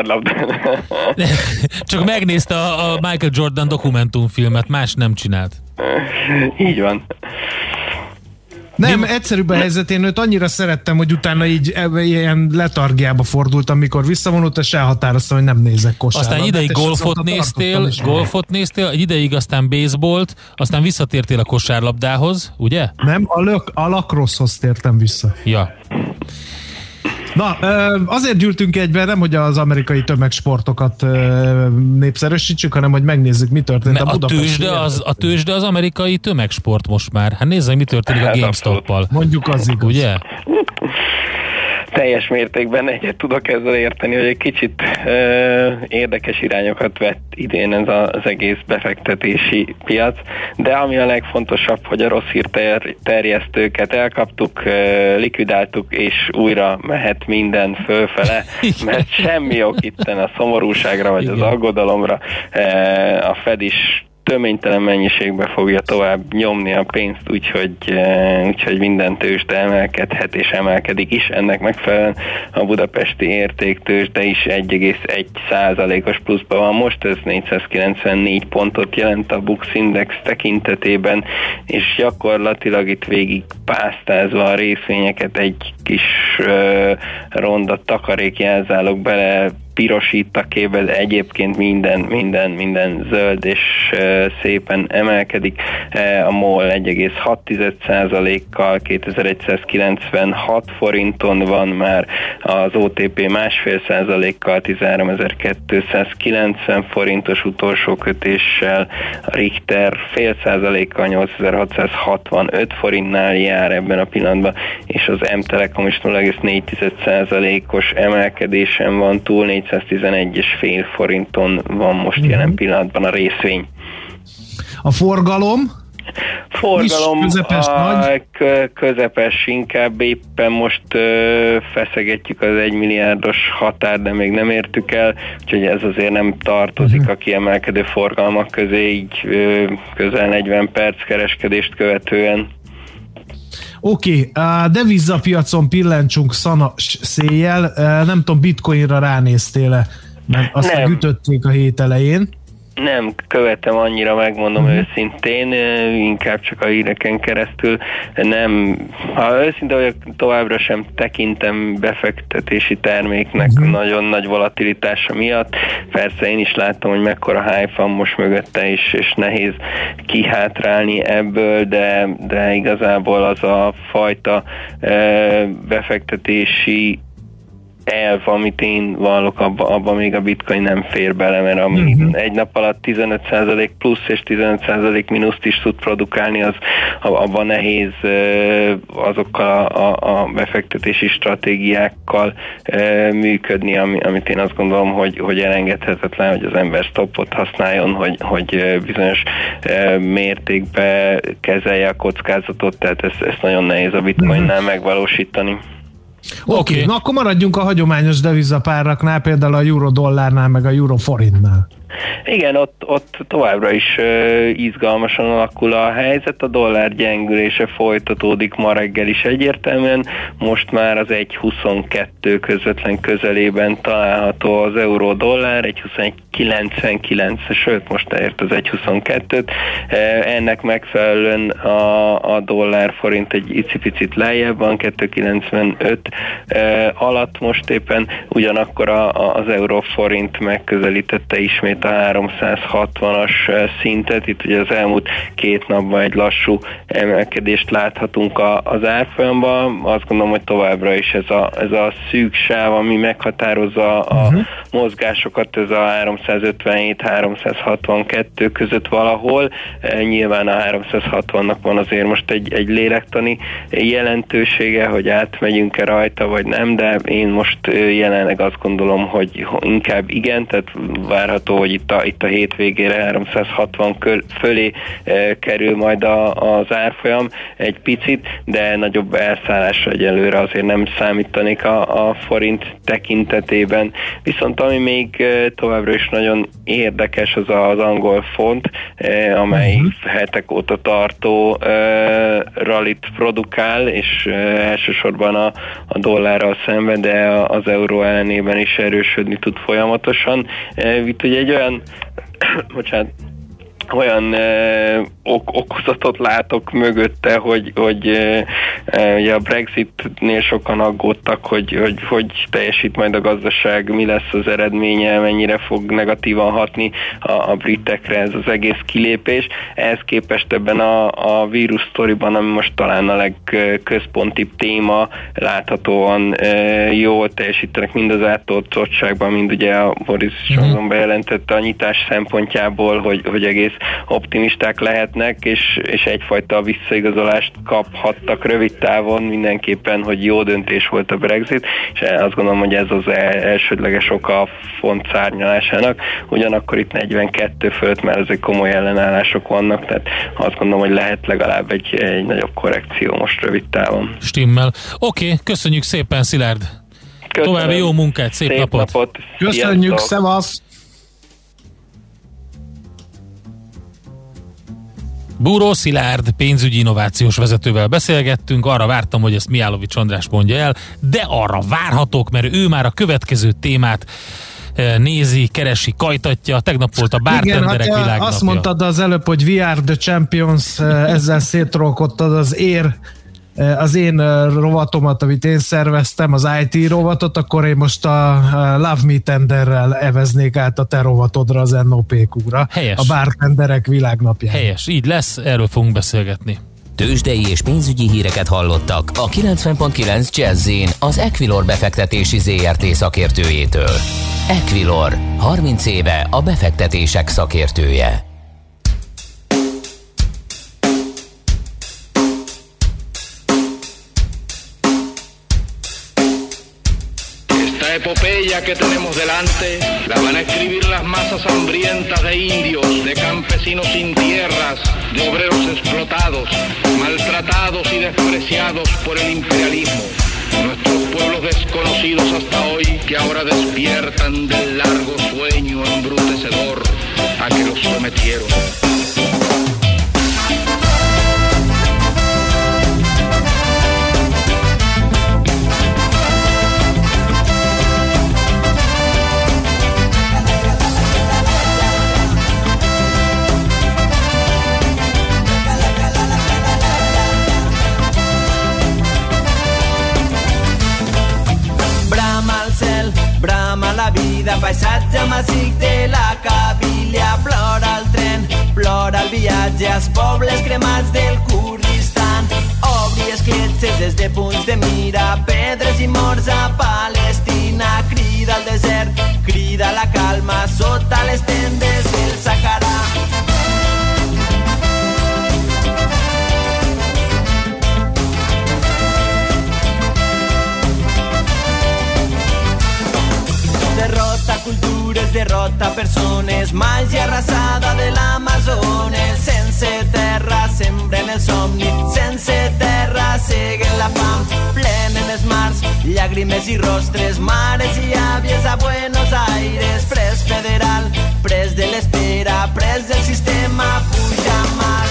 Csak megnézte a, a Michael Jordan dokumentumfilmet, más nem csinált. Így van. Nem, egyszerűbb a helyzet, én őt annyira szerettem, hogy utána így ilyen letargiába fordultam, amikor visszavonult, és elhatároztam, hogy nem nézek kosárlabdát. Aztán ideig golfot néztél, golfot néztél, egy ideig aztán baseballt, aztán visszatértél a kosárlabdához, ugye? Nem, a, lök, a lacrosse-hoz tértem vissza. Ja. Na, azért gyűltünk egyben, nem hogy az amerikai tömegsportokat népszerűsítsük, hanem hogy megnézzük, mi történt ne, a Budapesti. A tőzsde, az, a tőzsde az amerikai tömegsport most már. Hát nézzük, mi történik hát a GameStop-pal. Mondjuk az igaz. Ugye? Teljes mértékben egyet tudok ezzel érteni, hogy egy kicsit ö, érdekes irányokat vett idén ez a, az egész befektetési piac, de ami a legfontosabb, hogy a rossz hír terjesztőket elkaptuk, ö, likvidáltuk, és újra mehet minden fölfele, mert semmi ok itten a szomorúságra, vagy igen, az aggodalomra. Ö, a Fed is töménytelen mennyiségbe fogja tovább nyomni a pénzt, úgyhogy, úgyhogy minden tőzsde emelkedhet és emelkedik is. Ennek megfelelően a budapesti értéktőzsde is egy egész egy százalékos pluszban van most, ez négyszázkilencvennégy pontot jelent a Bux Index tekintetében, és gyakorlatilag itt végig pásztázva a részvényeket egy kis uh, ronda takarékjelzálog bele pirosítak képbe, de egyébként minden, minden, minden zöld és uh, szépen emelkedik. Uh, a MOL egy egész hat százalékkal kétezer-egyszázkilencvenhat forinton van már, az o té pé másfél százalékkal tizenháromezer-kétszázkilencven forintos utolsó kötéssel, a Richter fél százalékkal nyolcezer-hatszázhatvanöt forintnál jár ebben a pillanatban, és az M-Telekom is nulla egész négy százalékos emelkedésen van túl, négyszáztizenegy egész öt forinton van most mm-hmm. jelen pillanatban a részvény. A forgalom? Forgalom közepes, a nagy? közepes, inkább éppen most ö, feszegetjük az egymilliárdos határ, de még nem értük el, úgyhogy ez azért nem tartozik uh-huh. a kiemelkedő forgalmak közé, így ö, közel negyven perc kereskedést követően. Oké, okay, a devizapiacon pillancsunk szana széjjel, nem tudom, bitcoinra ránéztél-e, mert azt nem ütötték a hét elején. Nem követem annyira, megmondom mm. őszintén, inkább csak a híreken keresztül. Nem, ha őszinte vagyok, továbbra sem tekintem befektetési terméknek mm. nagyon nagy volatilitása miatt. Persze én is láttam, hogy mekkora hype van most mögötte is, és nehéz kihátrálni ebből, de, de igazából az a fajta e, befektetési elv, amit én vallok, abban abba még a bitcoin nem fér bele, mert ami uh-huh. egy nap alatt tizenöt százalék plusz és tizenöt százalék mínuszt is tud produkálni, az abban nehéz azokkal a, a befektetési stratégiákkal működni, ami, amit én azt gondolom, hogy, hogy elengedhetetlen, hogy az ember stopot használjon, hogy, hogy bizonyos mértékben kezelje a kockázatot, tehát ezt, ezt nagyon nehéz a bitcoinnál uh-huh. megvalósítani. Oké, okay. Okay. Na akkor maradjunk a hagyományos devizapáraknál, például a euro-dollárnál, meg a euro-forintnál. Igen, ott, ott továbbra is uh, izgalmasan alakul a helyzet, a dollár gyengülése folytatódik ma reggel is egyértelműen, most már az egy huszonkettő közvetlen közelében található az euró-dollár, egy huszonegy kilencvenkilenc, sőt most elért az egy huszonkettőt, uh, ennek megfelelően a, a dollár forint egy icipicit lejjebb van, kettő kilencvenöt uh, alatt most éppen, ugyanakkor a, a, az euró forint megközelítette ismét a háromszázhatvanas szintet. Itt ugye az elmúlt két napban egy lassú emelkedést láthatunk a, az árfolyamban. Azt gondolom, hogy továbbra is ez a, ez a szűk sáv, ami meghatározza a uh-huh. mozgásokat, ez a háromszázötvenhét háromszázhatvankettő között valahol. Nyilván a háromszázhatvannak van azért most egy, egy lélektani jelentősége, hogy átmegyünk-e rajta, vagy nem, de én most jelenleg azt gondolom, hogy inkább igen, tehát várható, hogy itt a, itt a hétvégére háromszázhatvan fölé e, kerül majd a, az árfolyam egy picit, de nagyobb elszállásra egyelőre azért nem számítanék a, a forint tekintetében. Viszont ami még e, továbbra is nagyon érdekes, az az angol font, e, amely uh-huh. hetek óta tartó e, rallit produkál, és e, elsősorban a, a dollárral szemben, de az euró ellenében is erősödni tud folyamatosan. E, itt ugye egy olyan bocsánat, olyan ö, ok- okozatot látok mögötte, hogy, hogy ö, ö, ugye a Brexitnél sokan aggódtak, hogy, hogy hogy teljesít majd a gazdaság, mi lesz az eredménye, mennyire fog negatívan hatni a, a britekre ez az egész kilépés. Ehhez képest ebben a, a vírus sztoriban, ami most talán a legközpontibb téma, láthatóan ö, jól teljesítenek mind az átoltottságban, mind ugye a Boris Johnson bejelentette a nyitás szempontjából, hogy, hogy egész optimisták lehetnek, és, és egyfajta visszaigazolást kaphattak rövid távon mindenképpen, hogy jó döntés volt a Brexit, és azt gondolom, hogy ez az elsődleges oka a font szárnyalásának. Ugyanakkor itt negyvenkettő fölött már ezek komoly ellenállások vannak, tehát azt gondolom, hogy lehet legalább egy, egy nagyobb korrekció most rövid távon. Stimmel. Oké, okay, köszönjük szépen, Szilárd! Köszönöm. További jó munkát, szép, szép napot! napot. Köszönjük, szevasz! Búró Szilárd pénzügyi innovációs vezetővel beszélgettünk, arra vártam, hogy ezt Mihálovics András mondja el, de arra várhatok, mert ő már a következő témát nézi, keresi, kajtatja. Tegnap volt a Bartenderek Igen, világnapja. Azt mondtad az előbb, hogy We Are the Champions, ezzel szétrolkodtad az ér az én rovatomat, amit én szerveztem, az i té rovatot, akkor én most a Love Me Tenderrel eveznék át a te rovatodra, az en o pé kú-ra. Helyes. A Bartenderek világnapján. Helyes, így lesz, erről fogunk beszélgetni. Tőzsdei és pénzügyi híreket hallottak a kilencven pont kilenc Jazz-in az Equilor befektetési zé er té szakértőjétől. Equilor, harminc éve a befektetések szakértője. Epopeya que tenemos delante la van a escribir las masas hambrientas de indios, de campesinos sin tierras, de obreros explotados, maltratados y despreciados por el imperialismo. Nuestros pueblos desconocidos hasta hoy que ahora despiertan del largo sueño embrutecedor a que los sometieron. Brama la vida, paisatge massic de la Cabília, plora el tren, plora el viatge als pobles cremats del Kurdistan. Obri escletxes des de punts de mira, pedres i morts a Palestina. Crida al desert, crida la calma sota les tendes del Sàhara. Derrota cultures, derrota persones, màgia arrasada de l'Amazones. Sense terra sembren el somni, sense terra seguen la fam. Plenen els mars, llàgrimes i rostres, mares i àvies a Buenos Aires. Pres federal, pres de l'espera, pres del sistema, puja mal.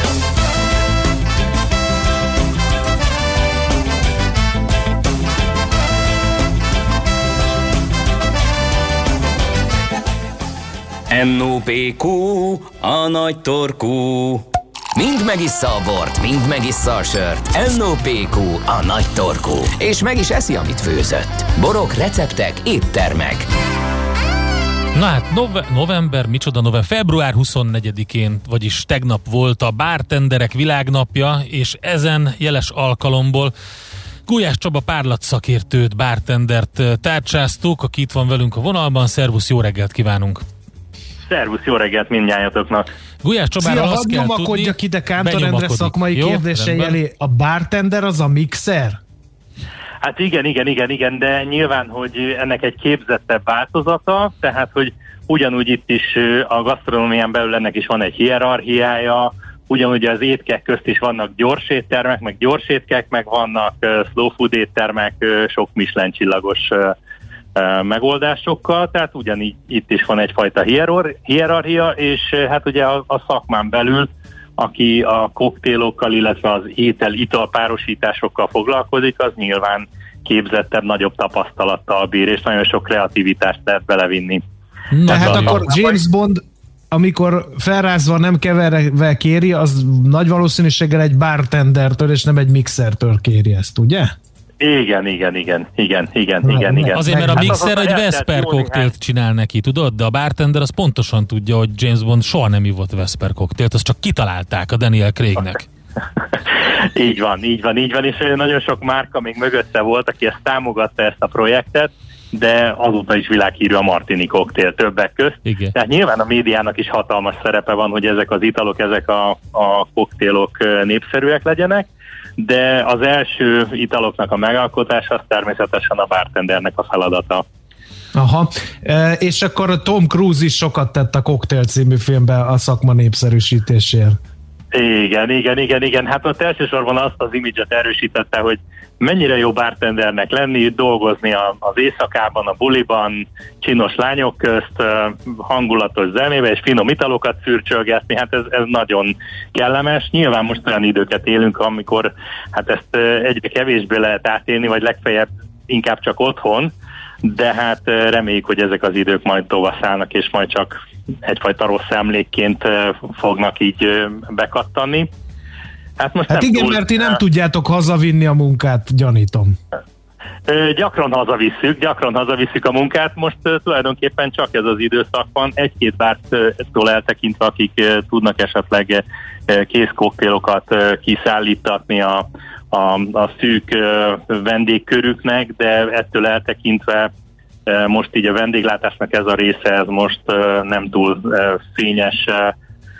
en o pé kú, a nagy torkú. Mind megissza a bort, mind megissza a sört. en o pé kú, a nagy torkú. És meg is eszi, amit főzött. Borok, receptek, éttermek. Na hát nove- november, micsoda november, február huszonnegyedikén, vagyis tegnap volt a Bartenderek világnapja, és ezen jeles alkalomból Gulyás Csaba párlatszakértőt, bartendert tárcsáztuk, aki itt van velünk a vonalban. Szervusz, jó reggelt kívánunk! Szervusz, jó reggelt mindnyájatoknak! Gulyás Csabára Szia, azt kell tudni... nyomakodjak ide Kántor Endre szakmai jó, kérdései elé. A bartender az a mixer? Hát igen, igen, igen, igen, de nyilván, hogy ennek egy képzettebb változata, tehát, hogy ugyanúgy itt is a gasztronómián belül ennek is van egy hierarchiája, ugyanúgy az étkek közt is vannak gyors éttermek, meg gyors étkek, meg vannak slow food éttermek, sok Michelin csillagos megoldásokkal, tehát ugyanígy itt is van egyfajta hierarchia, és hát ugye a, a szakmán belül, aki a koktélokkal, illetve az étel-ital párosításokkal foglalkozik, az nyilván képzettebb, nagyobb tapasztalattal bír, és nagyon sok kreativitást lehet belevinni. Tehát akkor James Bond amikor felrázva nem keverve kéri, az nagy valószínűséggel egy bartendertől és nem egy mixertől kéri ezt, ugye? Igen, igen, igen, igen, igen, igen, igen. Azért, mert a mixer egy Vesper koktélt csinál neki, tudod? De a bartender az pontosan tudja, hogy James Bond soha nem ivott Vesper koktélt, azt csak kitalálták a Daniel Craignek. Így van, így van, így van, és nagyon sok márka még mögötte volt, aki ezt támogatta, ezt a projektet, de azóta is világhírű a Martini koktél többek közt. Igen. Tehát nyilván a médiának is hatalmas szerepe van, hogy ezek az italok, ezek a, a koktélok népszerűek legyenek, de az első italoknak a megalkotása az természetesen a bartendernek a feladata. Aha, e, és akkor Tom Cruise is sokat tett a Koktél című filmben a szakma népszerűsítésért. Igen, igen, igen, igen. Hát ott elsősorban azt az imidzset erősítette, hogy mennyire jó bartendernek lenni, dolgozni az éjszakában, a buliban, csinos lányok közt, hangulatos zenébe és finom italokat szürcsölgetni, hát ez, ez nagyon kellemes. Nyilván most olyan időket élünk, amikor hát ezt egyre kevésbé lehet átélni, vagy legfeljebb inkább csak otthon, de hát reméljük, hogy ezek az idők majd tovaszállnak, és majd csak egyfajta rossz emlékként fognak így bekattanni. Hát, most hát igen, túl, mert ti nem uh, tudjátok hazavinni a munkát, gyanítom. Uh, gyakran hazavisszük, gyakran hazavisszük a munkát, most uh, tulajdonképpen csak ez az időszak van, egy-két bártól eltekintve, akik uh, tudnak esetleg uh, kész koktélokat uh, kiszállítatni a, a, a szűk uh, vendégkörüknek, de ettől eltekintve uh, most így a vendéglátásnak ez a része, ez most uh, nem túl uh, fényes uh,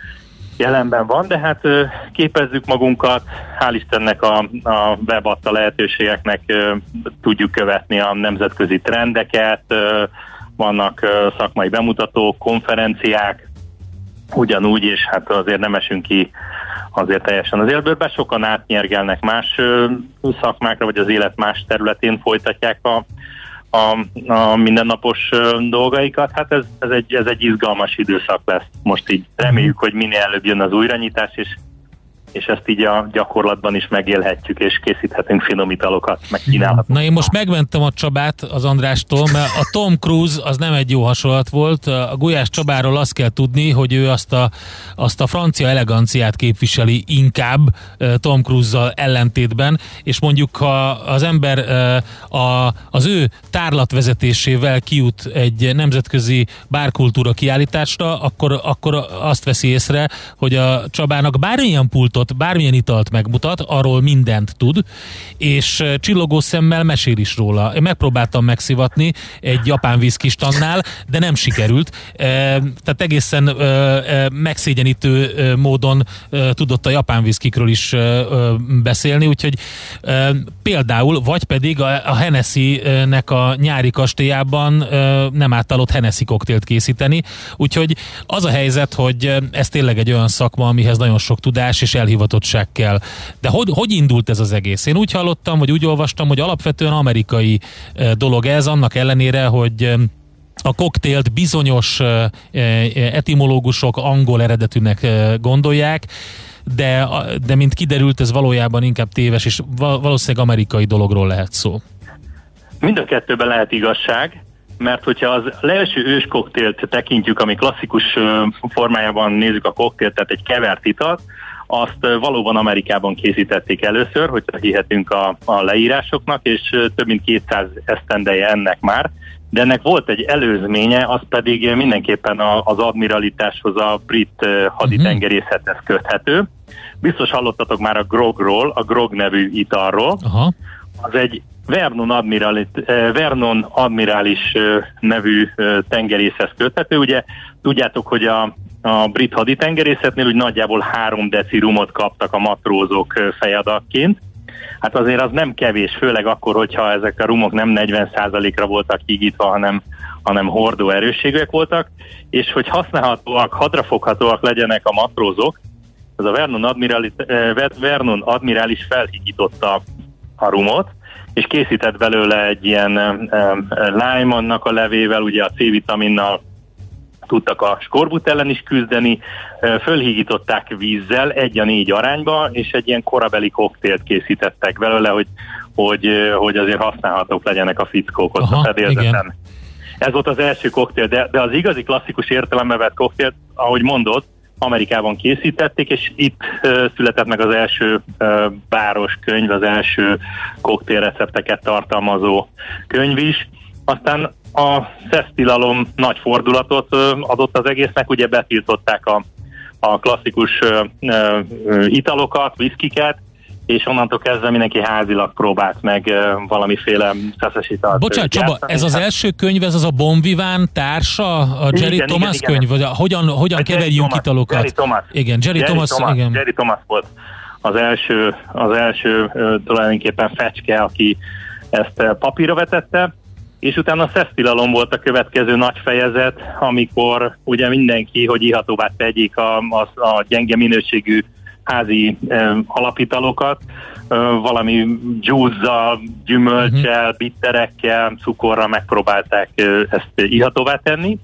jelenben van, de hát uh, képezzük magunkat, hál' Istennek a, a web adta lehetőségeknek uh, tudjuk követni a nemzetközi trendeket, uh, vannak uh, szakmai bemutatók, konferenciák, ugyanúgy, és hát azért nem esünk ki azért teljesen az életből, sokan átnyergelnek más uh, szakmákra, vagy az élet más területén folytatják a A, a mindennapos uh, dolgaikat, hát ez, ez, egy, ez egy izgalmas időszak lesz. Most így reméljük, hogy minél előbb jön az újranyitás, és, és ezt így a gyakorlatban is megélhetjük, és készíthetünk finom italokat, meg kínálhatunk. Na én most megmentem a Csabát az Andrástól, mert a Tom Cruise az nem egy jó hasonlat volt. A Gulyás Csabáról azt kell tudni, hogy ő azt a, azt a francia eleganciát képviseli inkább Tom Cruise-zal ellentétben, és mondjuk ha az ember a, az ő tárlatvezetésével kijut egy nemzetközi bárkultúra kiállításra, akkor, akkor azt veszi észre, hogy a Csabának bármilyen pultot, bármilyen italt megmutat, arról mindent tud, és csillogó szemmel mesél is róla. Én megpróbáltam megszivatni egy japán viszkistannál, de nem sikerült. Tehát egészen megszégyenítő módon tudott a japán viszkikről is beszélni, úgyhogy például, vagy pedig a Hennessy-nek a nyári kastélyában nem általott Hennessy koktélt készíteni, úgyhogy az a helyzet, hogy ez tényleg egy olyan szakma, amihez nagyon sok tudás és elhivatottság kell. De hogy, hogy indult ez az egész? Én úgy hallottam, vagy úgy olvastam, hogy alapvetően amerikai dolog ez, annak ellenére, hogy a koktélt bizonyos etimológusok angol eredetűnek gondolják, de, de mint kiderült, ez valójában inkább téves, és valószínűleg amerikai dologról lehet szó. Mind a kettőben lehet igazság, mert hogyha az első ős koktélt tekintjük, ami klasszikus formájában nézzük a koktélt, tehát egy kevert italt, azt valóban Amerikában készítették először, hogyha hihetünk a, a leírásoknak, és több mint kétszáz esztendeje ennek már, de ennek volt egy előzménye, az pedig mindenképpen az admiralitáshoz, a brit haditengerészethez köthető. Biztos hallottatok már a grogról, a grog nevű italról. Aha. Az egy Vernon, admirális, Vernon admirális nevű tengerészhez köthető. Ugye tudjátok, hogy a, a brit haditengerészetnél úgy nagyjából három deci rumot kaptak a matrózok fejadatként. Hát azért az nem kevés, főleg akkor, hogyha ezek a rumok nem negyven százalékra voltak hígítva, hanem, hanem hordó erősségűek voltak, és hogy használhatóak, hadrafoghatóak legyenek a matrózok, az a Vernon admirális, Vernon admirális felhígította a rumot, és készített belőle egy ilyen um, lime-annak a levével, ugye a C-vitaminnal tudtak a skorbut ellen is küzdeni, fölhígították vízzel egy a négy arányba, és egy ilyen korabeli koktélt készítettek belőle, hogy, hogy, hogy azért használhatók legyenek a fickók ott a fedélzeten. ez volt az első koktél, de, de az igazi klasszikus értelembe vett koktélt, ahogy mondod, Amerikában készítették, és itt uh, született meg az első uh, báros könyv, az első koktélrecepteket tartalmazó könyv is. Aztán a szesztilalom nagy fordulatot uh, adott az egésznek, ugye betiltották a, a klasszikus uh, uh, italokat, viszkiket, és onnantól kezdve mindenki házilag próbált meg uh, valamiféle szeszes italt. Bocsánat, Csaba, ez az első könyv, ez az a Bon Vivant társa, a Jerry igen, Thomas igen, könyv, igen. Vagy hogyan, hogyan keverjünk Thomas, italokat? Jerry Thomas. Igen, Jerry, Jerry Thomas, Thomas, igen. Jerry Thomas volt az első, az első uh, tulajdonképpen fecske, aki ezt uh, papírra vetette, és utána a szesztilalom volt a következő nagy fejezet, amikor ugye mindenki, hogy ihatóvá tegyék a, a, a gyenge minőségű házi e, alapitalokat, e, valami dzsúzzal, gyümölccsel, uh-huh. bitterekkel, cukorral megpróbálták e, ezt ihatóvá tenni,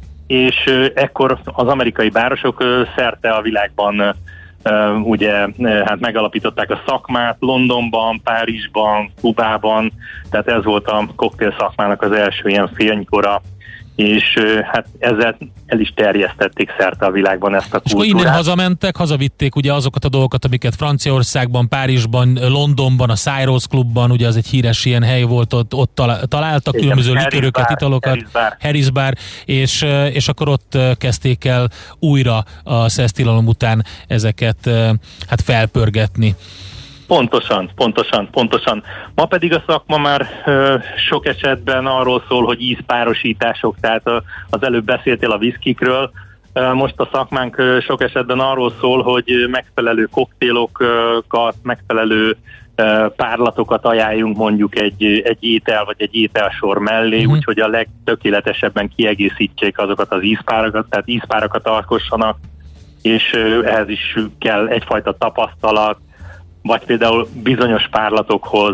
és e, ekkor az amerikai bárosok e, szerte a világban e, ugye hát megalapították a szakmát Londonban, Párizsban, Kubában, tehát ez volt a koktél szakmának az első ilyen fénykora, és hát ezzel el is terjesztették szerte a világban ezt a kultúrát. És akkor innen hazamentek, hazavitték ugye azokat a dolgokat, amiket Franciaországban, Párizsban, Londonban, a Cyrus Clubban, ugye az egy híres ilyen hely volt, ott, ott találtak igen, különböző liköröket, italokat, Harris Bar, Harris Bar és, és akkor ott kezdték el újra a szesztilalom után ezeket hát felpörgetni. Pontosan, pontosan, pontosan. Ma pedig a szakma már ö, sok esetben arról szól, hogy ízpárosítások, tehát ö, az előbb beszéltél a viszkikről, ö, most a szakmánk ö, sok esetben arról szól, hogy megfelelő koktélokat, megfelelő ö, párlatokat ajánljunk mondjuk egy, egy étel vagy egy ételsor mellé, uh-huh. úgyhogy a legtökéletesebben kiegészítsék azokat az ízpárakat, tehát ízpárakat alkossanak, és ö, ehhez is kell egyfajta tapasztalat, vagy például bizonyos párlatokhoz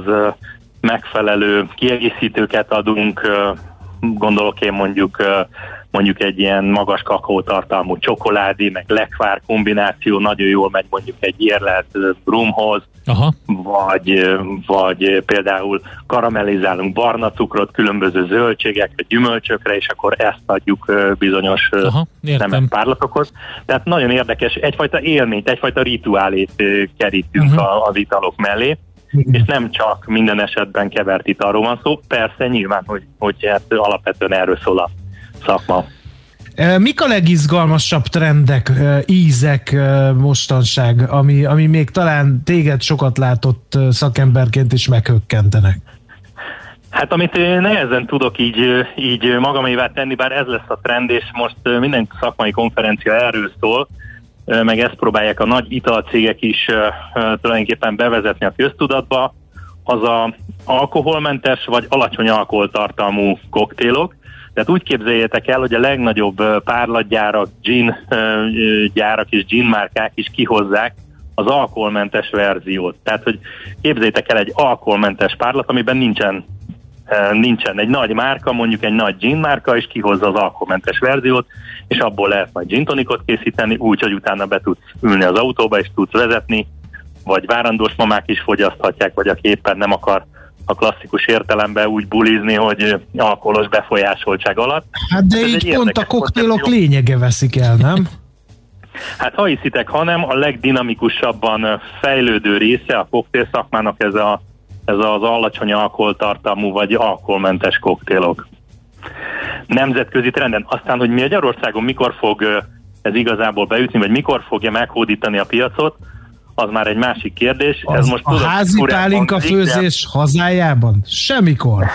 megfelelő kiegészítőket adunk, gondolok én mondjuk, mondjuk egy ilyen magas kakaótartalmú csokoládé, meg lekvár kombináció nagyon jól megy mondjuk egy érlelt rumhoz, Aha. Vagy, vagy például karamellizálunk barna cukrot különböző zöldségekre, gyümölcsökre, és akkor ezt adjuk bizonyos nemes párlatokhoz. Tehát nagyon érdekes, egyfajta élményt, egyfajta rituálét kerítünk uh-huh. az italok mellé, és nem csak minden esetben kevert italról van szó, persze nyilván, hogy, hogy hát alapvetően erről szól a szakma. Mik a legizgalmasabb trendek, ízek mostanság, ami, ami még talán téged sokat látott szakemberként is meghökkentenek? Hát amit nehezen tudok így, így magamévá tenni, bár ez lesz a trend, és most minden szakmai konferencia erről szól, meg ezt próbálják a nagy italcégek is tulajdonképpen bevezetni a köztudatba, az a alkoholmentes vagy alacsony alkoholtartalmú koktélok. Tehát úgy képzeljétek el, hogy a legnagyobb párlatgyárak, gin gyárak és gin márkák is kihozzák az alkoholmentes verziót. Tehát, hogy képzeljétek el egy alkoholmentes párlat, amiben nincsen, nincsen egy nagy márka, mondjuk egy nagy gin márka, és kihozza az alkoholmentes verziót, és abból lehet majd gin tonicot készíteni, úgy, hogy utána be tudsz ülni az autóba, és tudsz vezetni, vagy várandós mamák is fogyaszthatják, vagy aki éppen nem akar a klasszikus értelemben úgy bulizni, hogy alkoholos befolyásoltság alatt. Hát de így pont a koktélok koncepció. Lényege veszik el, nem? Hát ha hiszitek, hanem a legdinamikusabban fejlődő része a koktél szakmának ez, a, ez az alacsony alkoholtartalmú vagy alkoholmentes koktélok. Nemzetközi trenden. Aztán, hogy Magyarországon mikor fog ez igazából beütni, vagy mikor fogja meghódítani a piacot, az már egy másik kérdés. Az ez most a tudom, házi pálinka főzés de... hazájában? Semmikor.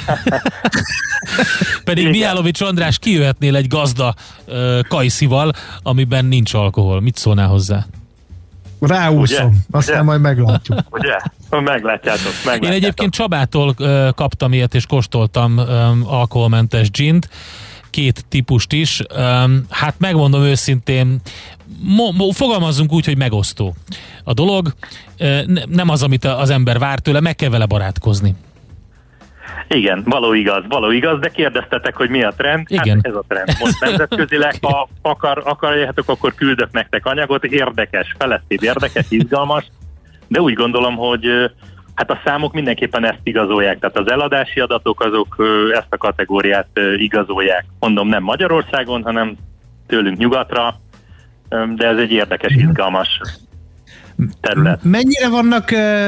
Pedig Mihálovics András kijöhetnél egy gazda uh, kajszival, amiben nincs alkohol. Mit szólnál hozzá? Ráúszom, ugye? Aztán ugye? Majd meglátjuk. Ugye? Meglátjátok, meglátjátok. Én egyébként Csabától uh, kaptam ilyet, és kóstoltam um, alkoholmentes gint, két típust is. Um, hát megmondom őszintén, mo- mo- fogalmazzunk úgy, hogy megosztó a dolog. Uh, nem az, amit az ember vár tőle, meg kell vele barátkozni. Igen, való igaz, való igaz, de kérdeztetek, hogy mi a trend? Igen. Hát ez a trend. Most nemzetközileg, ha akar, akarjátok, akkor küldök nektek anyagot. Érdekes, felesztébb érdekes, izgalmas, de úgy gondolom, hogy Hát a számok mindenképpen ezt igazolják, tehát az eladási adatok azok ezt a kategóriát igazolják. Mondom, nem Magyarországon, hanem tőlünk nyugatra, de ez egy érdekes, izgalmas terület. Mennyire vannak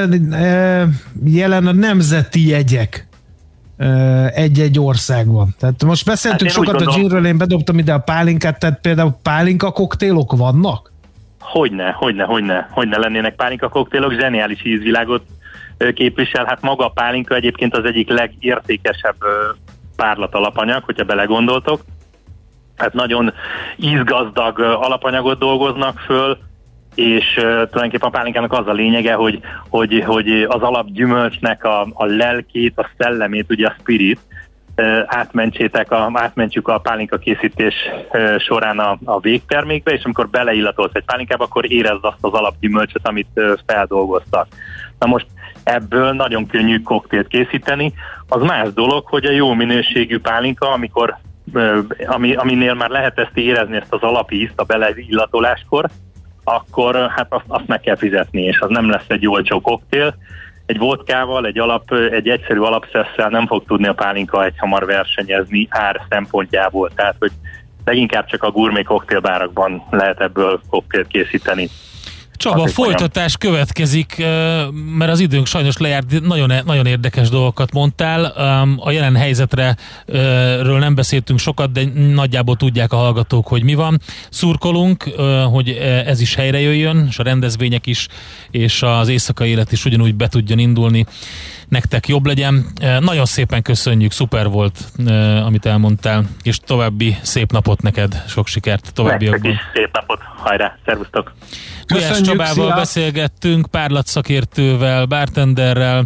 jelen a nemzeti jegyek egy-egy országban? Tehát most beszéltünk hát sokat a ginről, én bedobtam ide a pálinkát, tehát például pálinka koktélok vannak? Hogyne, hogyne, hogyne, hogyne lennének pálinka koktélok, zseniális ízvilágot képvisel. Hát maga a pálinka egyébként az egyik legértékesebb párlat alapanyag, hogyha belegondoltok. Hát nagyon ízgazdag alapanyagot dolgoznak föl, és uh, tulajdonképpen a pálinkának az a lényege, hogy, hogy, hogy az alapgyümölcsnek a, a lelkét, a szellemét, ugye a spirit, uh, átmentsétek a, átmentjük a pálinka készítés uh, során a, a végtermékbe, és amikor beleillatolsz egy pálinkába, akkor érezd azt az alapgyümölcsöt, amit uh, feldolgoztak. Na most ebből nagyon könnyű koktélt készíteni. Az más dolog, hogy a jó minőségű pálinka, amikor, uh, ami, aminél már lehet ezt érezni, ezt az alapízt a beleillatoláskor, akkor hát azt, azt meg kell fizetni, és az nem lesz egy olcsó koktél. Egy vodkával, egy, alap, egy egyszerű alapszesszel nem fog tudni a pálinka egyhamar versenyezni ár szempontjából. Tehát, hogy leginkább csak a gurmé koktélbárakban lehet ebből koktélt készíteni. Csaba, a folytatás következik, mert az időnk sajnos lejárt, nagyon, nagyon érdekes dolgokat mondtál. A jelen helyzetről nem beszéltünk sokat, de nagyjából tudják a hallgatók, hogy mi van. Szurkolunk, hogy ez is helyre jöjjön, és a rendezvények is, és az éjszakai élet is ugyanúgy be tudjon indulni. Nektek jobb legyen. Nagyon szépen köszönjük, szuper volt, amit elmondtál, és további szép napot neked, sok sikert továbbiakban. Nektek is szép napot, hajrá, szervusztok! Gulyás Csabával szia. Beszélgettünk, párlatszakértővel, bartenderrel,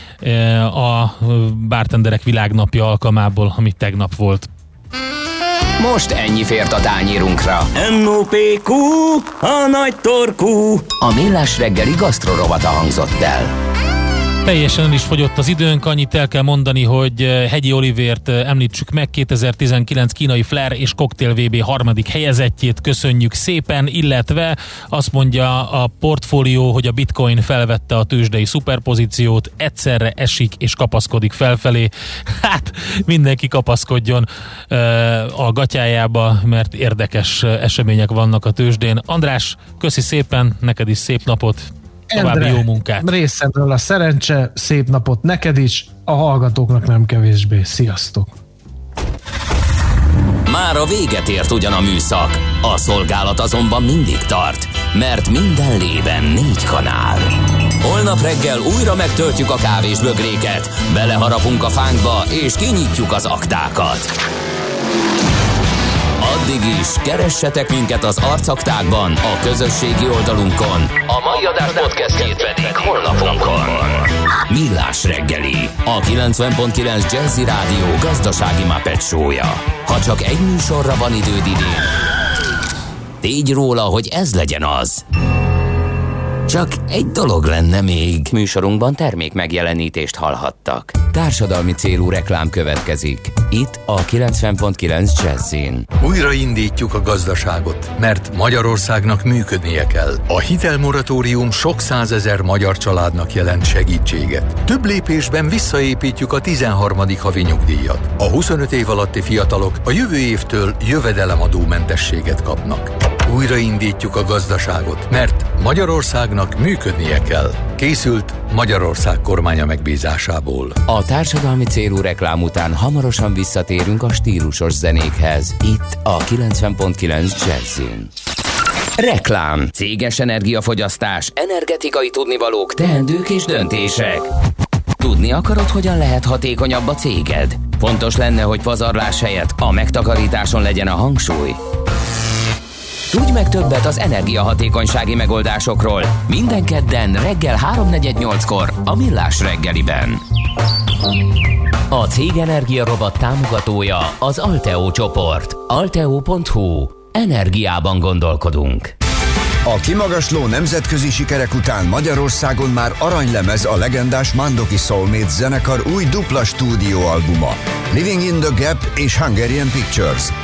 a Bartenderek Világnapja alkalmából, ami tegnap volt. Most ennyi fért a tányérunkra. em o pé kú, a nagy torkú. A Millás reggeli gasztrorovata hangzott el. Teljesen el is fogyott az időnk, annyit el kell mondani, hogy Hegyi Olivért említsük meg, kétezer-tizenkilenc kínai Flair és Cocktail vé bé harmadik helyezettjét köszönjük szépen, illetve azt mondja a portfólió, hogy a Bitcoin felvette a tőzsdei szuperpozíciót, egyszerre esik és kapaszkodik felfelé. Hát mindenki kapaszkodjon a gatyájába, mert érdekes események vannak a tőzsdén. András, köszi szépen, neked is szép napot! További Endre, jó munkát! Részemről a szerencse, szép napot neked is, a hallgatóknak nem kevésbé. Sziasztok! Már a véget ért ugyan a műszak, a szolgálat azonban mindig tart, mert minden lében négy kanál. Holnap reggel újra megtöltjük a kávésbögréket, beleharapunk a fánkba és kinyitjuk az aktákat. Addig is keressetek minket az arcaktákban, a közösségi oldalunkon. A mai adás podcastjét pedig honlapunkon. Millás reggeli, a kilencven pont kilenc Jazzy Rádió gazdasági Muppet show-ja. Ha csak egy műsorra van időd idén, tégy róla, hogy ez legyen az. Csak egy dolog lenne még. Műsorunkban termék megjelenítést hallhattak. Társadalmi célú reklám következik. Itt a kilencven pont kilenc Jazzin. Újraindítjuk a gazdaságot, mert Magyarországnak működnie kell. A hitelmoratórium sok százezer magyar családnak jelent segítséget. Több lépésben visszaépítjük a tizenharmadik havi nyugdíjat. A huszonöt év alatti fiatalok a jövő évtől jövedelemadómentességet kapnak. Újraindítjuk a gazdaságot, mert Magyarországnak működnie kell. Készült Magyarország kormánya megbízásából. A társadalmi célú reklám után hamarosan visszatérünk a stílusos zenékhez. Itt a kilencven pont kilenc Jazzin. Reklám. Céges energiafogyasztás, energetikai tudnivalók, teendők és döntések. Tudni akarod, hogyan lehet hatékonyabb a céged? Fontos lenne, hogy pazarlás helyett a megtakarításon legyen a hangsúly. Tudj meg többet az energiahatékonysági megoldásokról minden kedden reggel háromnegyed nyolckor a Millás reggeliben. A Cég Energia Robot támogatója az Alteo csoport. alteo pont hu. Energiában gondolkodunk. A kimagasló nemzetközi sikerek után Magyarországon már aranylemez a legendás Mandoki Soulmates zenekar új dupla stúdióalbuma, Living in the Gap és Hungarian Pictures.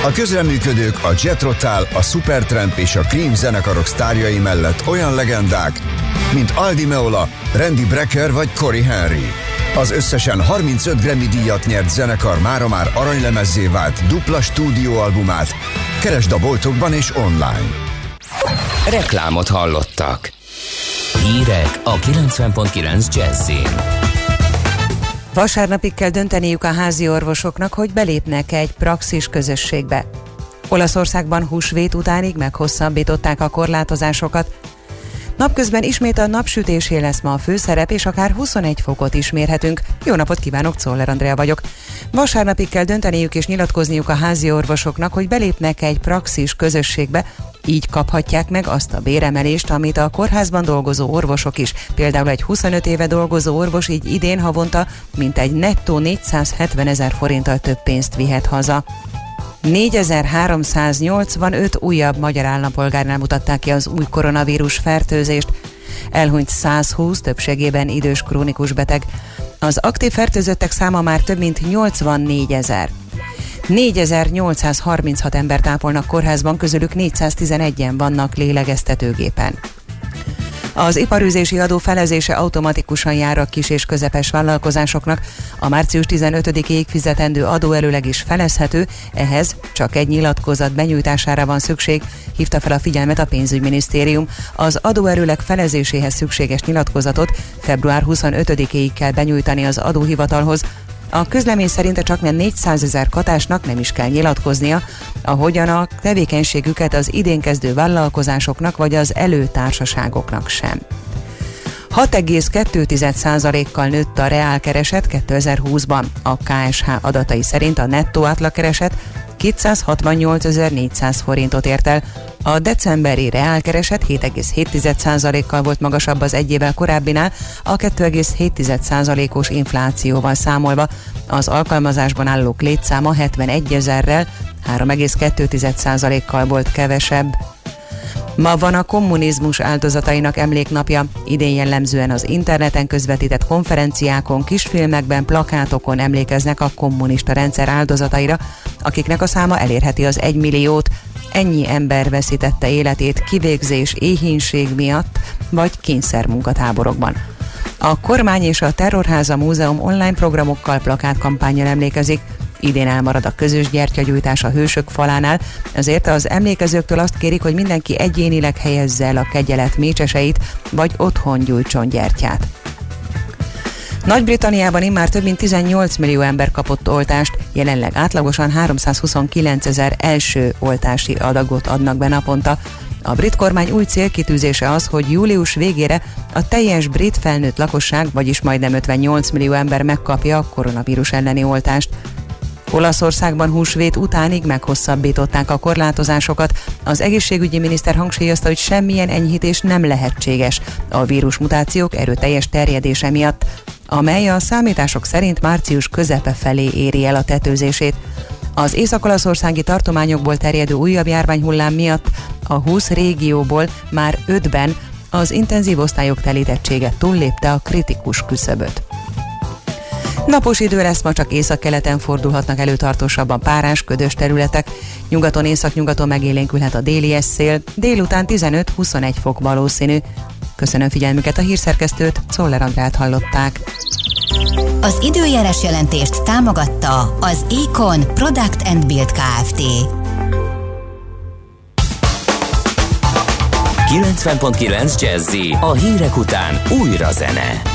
A közreműködők a Jet Rotal, a Supertramp és a Cream zenekarok sztárjai mellett olyan legendák, mint Aldi Meola, Randy Brecker vagy Corey Henry. Az összesen harmincöt Grammy díjat nyert zenekar mára már aranylemezzé vált dupla stúdióalbumát keresd a boltokban és online. Reklámot hallottak. Hírek a kilencven pont kilenc Jazzin. Vasárnapig kell dönteniük a házi orvosoknak, hogy belépnek egy praxis közösségbe. Olaszországban húsvét utánig meghosszabbították a korlátozásokat. Napközben ismét a napsütésé lesz ma a főszerep, és akár huszonegy fokot is mérhetünk. Jó napot kívánok, Czoller Andrea vagyok. Vasárnapig kell dönteniük és nyilatkozniuk a házi orvosoknak, hogy belépnek egy praxis közösségbe, így kaphatják meg azt a béremelést, amit a kórházban dolgozó orvosok is. Például egy huszonöt éve dolgozó orvos így idén havonta mintegy nettó négyszázhetvenezer forinttal több pénzt vihet haza. négyezer-háromszáznyolcvanöt újabb magyar állampolgárnál mutatták ki az új koronavírus fertőzést. Elhunyt százhúsz, többségében idős krónikus beteg. Az aktív fertőzöttek száma már több mint nyolcvannégyezer. négyezer-nyolcszázharminchat embert ápolnak kórházban, közülük négyszáztizenegyen vannak lélegeztetőgépen. Az iparűzési adó felezése automatikusan jár a kis és közepes vállalkozásoknak. A március tizenötödikéig fizetendő adóelőleg is felezhető, ehhez csak egy nyilatkozat benyújtására van szükség, hívta fel a figyelmet a pénzügyminisztérium. Az adóelőleg felezéséhez szükséges nyilatkozatot február huszonötödikéig kell benyújtani az adóhivatalhoz. A közlemény szerint csaknem négyszázezer katásnak nem is kell nyilatkoznia, ahogyan a tevékenységüket az idén kezdő vállalkozásoknak vagy az előtársaságoknak sem. hat egész kettő százalékkal nőtt a reálkereset kétezer-húszban. A ká es há adatai szerint a nettó átlagkereset kétszázhatvannyolcezer-négyszáz forintot ért el. A decemberi reálkereset hét egész hét százalékkal volt magasabb az egy évvel korábbinál, a két egész hét százalékos inflációval számolva. Az alkalmazásban állók létszáma hetvenegyezerrel, három egész kettő százalékkal volt kevesebb. Ma van a kommunizmus áldozatainak emléknapja. Idén jellemzően az interneten közvetített konferenciákon, kisfilmekben, plakátokon emlékeznek a kommunista rendszer áldozataira, akiknek a száma elérheti az egymilliót. Ennyi ember veszítette életét kivégzés, éhínség miatt, vagy kényszermunkatáborokban. A kormány és a Terrorháza Múzeum online programokkal, plakátkampánnyal emlékezik. Idén elmarad a közös gyertyagyújtás a Hősök falánál, ezért az emlékezőktől azt kérik, hogy mindenki egyénileg helyezze el a kegyelet mécseseit, vagy otthon gyújtson gyertyát. Nagy-Britanniában immár több mint tizennyolc millió ember kapott oltást, jelenleg átlagosan háromszázhuszonkilencezer első oltási adagot adnak be naponta. A brit kormány új célkitűzése az, hogy július végére a teljes brit felnőtt lakosság, vagyis majdnem ötvennyolc millió ember megkapja a koronavírus elleni oltást. Olaszországban húsvét utánig meghosszabbították a korlátozásokat. Az egészségügyi miniszter hangsúlyozta, hogy semmilyen enyhítés nem lehetséges a vírusmutációk erőteljes terjedése miatt, amely a számítások szerint március közepe felé éri el a tetőzését. Az észak-olaszországi tartományokból terjedő újabb járványhullám miatt a húsz régióból már ötben az intenzív osztályok telítettsége túllépte a kritikus küszöböt. Napos idő lesz, ma csak északkeleten fordulhatnak elő tartósabban párás, ködös területek. Nyugaton, északnyugaton megélénkülhet a déli szél, délután tizenöt-huszonegy fok valószínű. Köszönöm figyelmüket, a hírszerkesztőt, Czoller Andrát hallották. Az időjárás jelentést támogatta az Econ Product and Build Kft. kilencven pont kilenc Jazzy, a hírek után újra zene.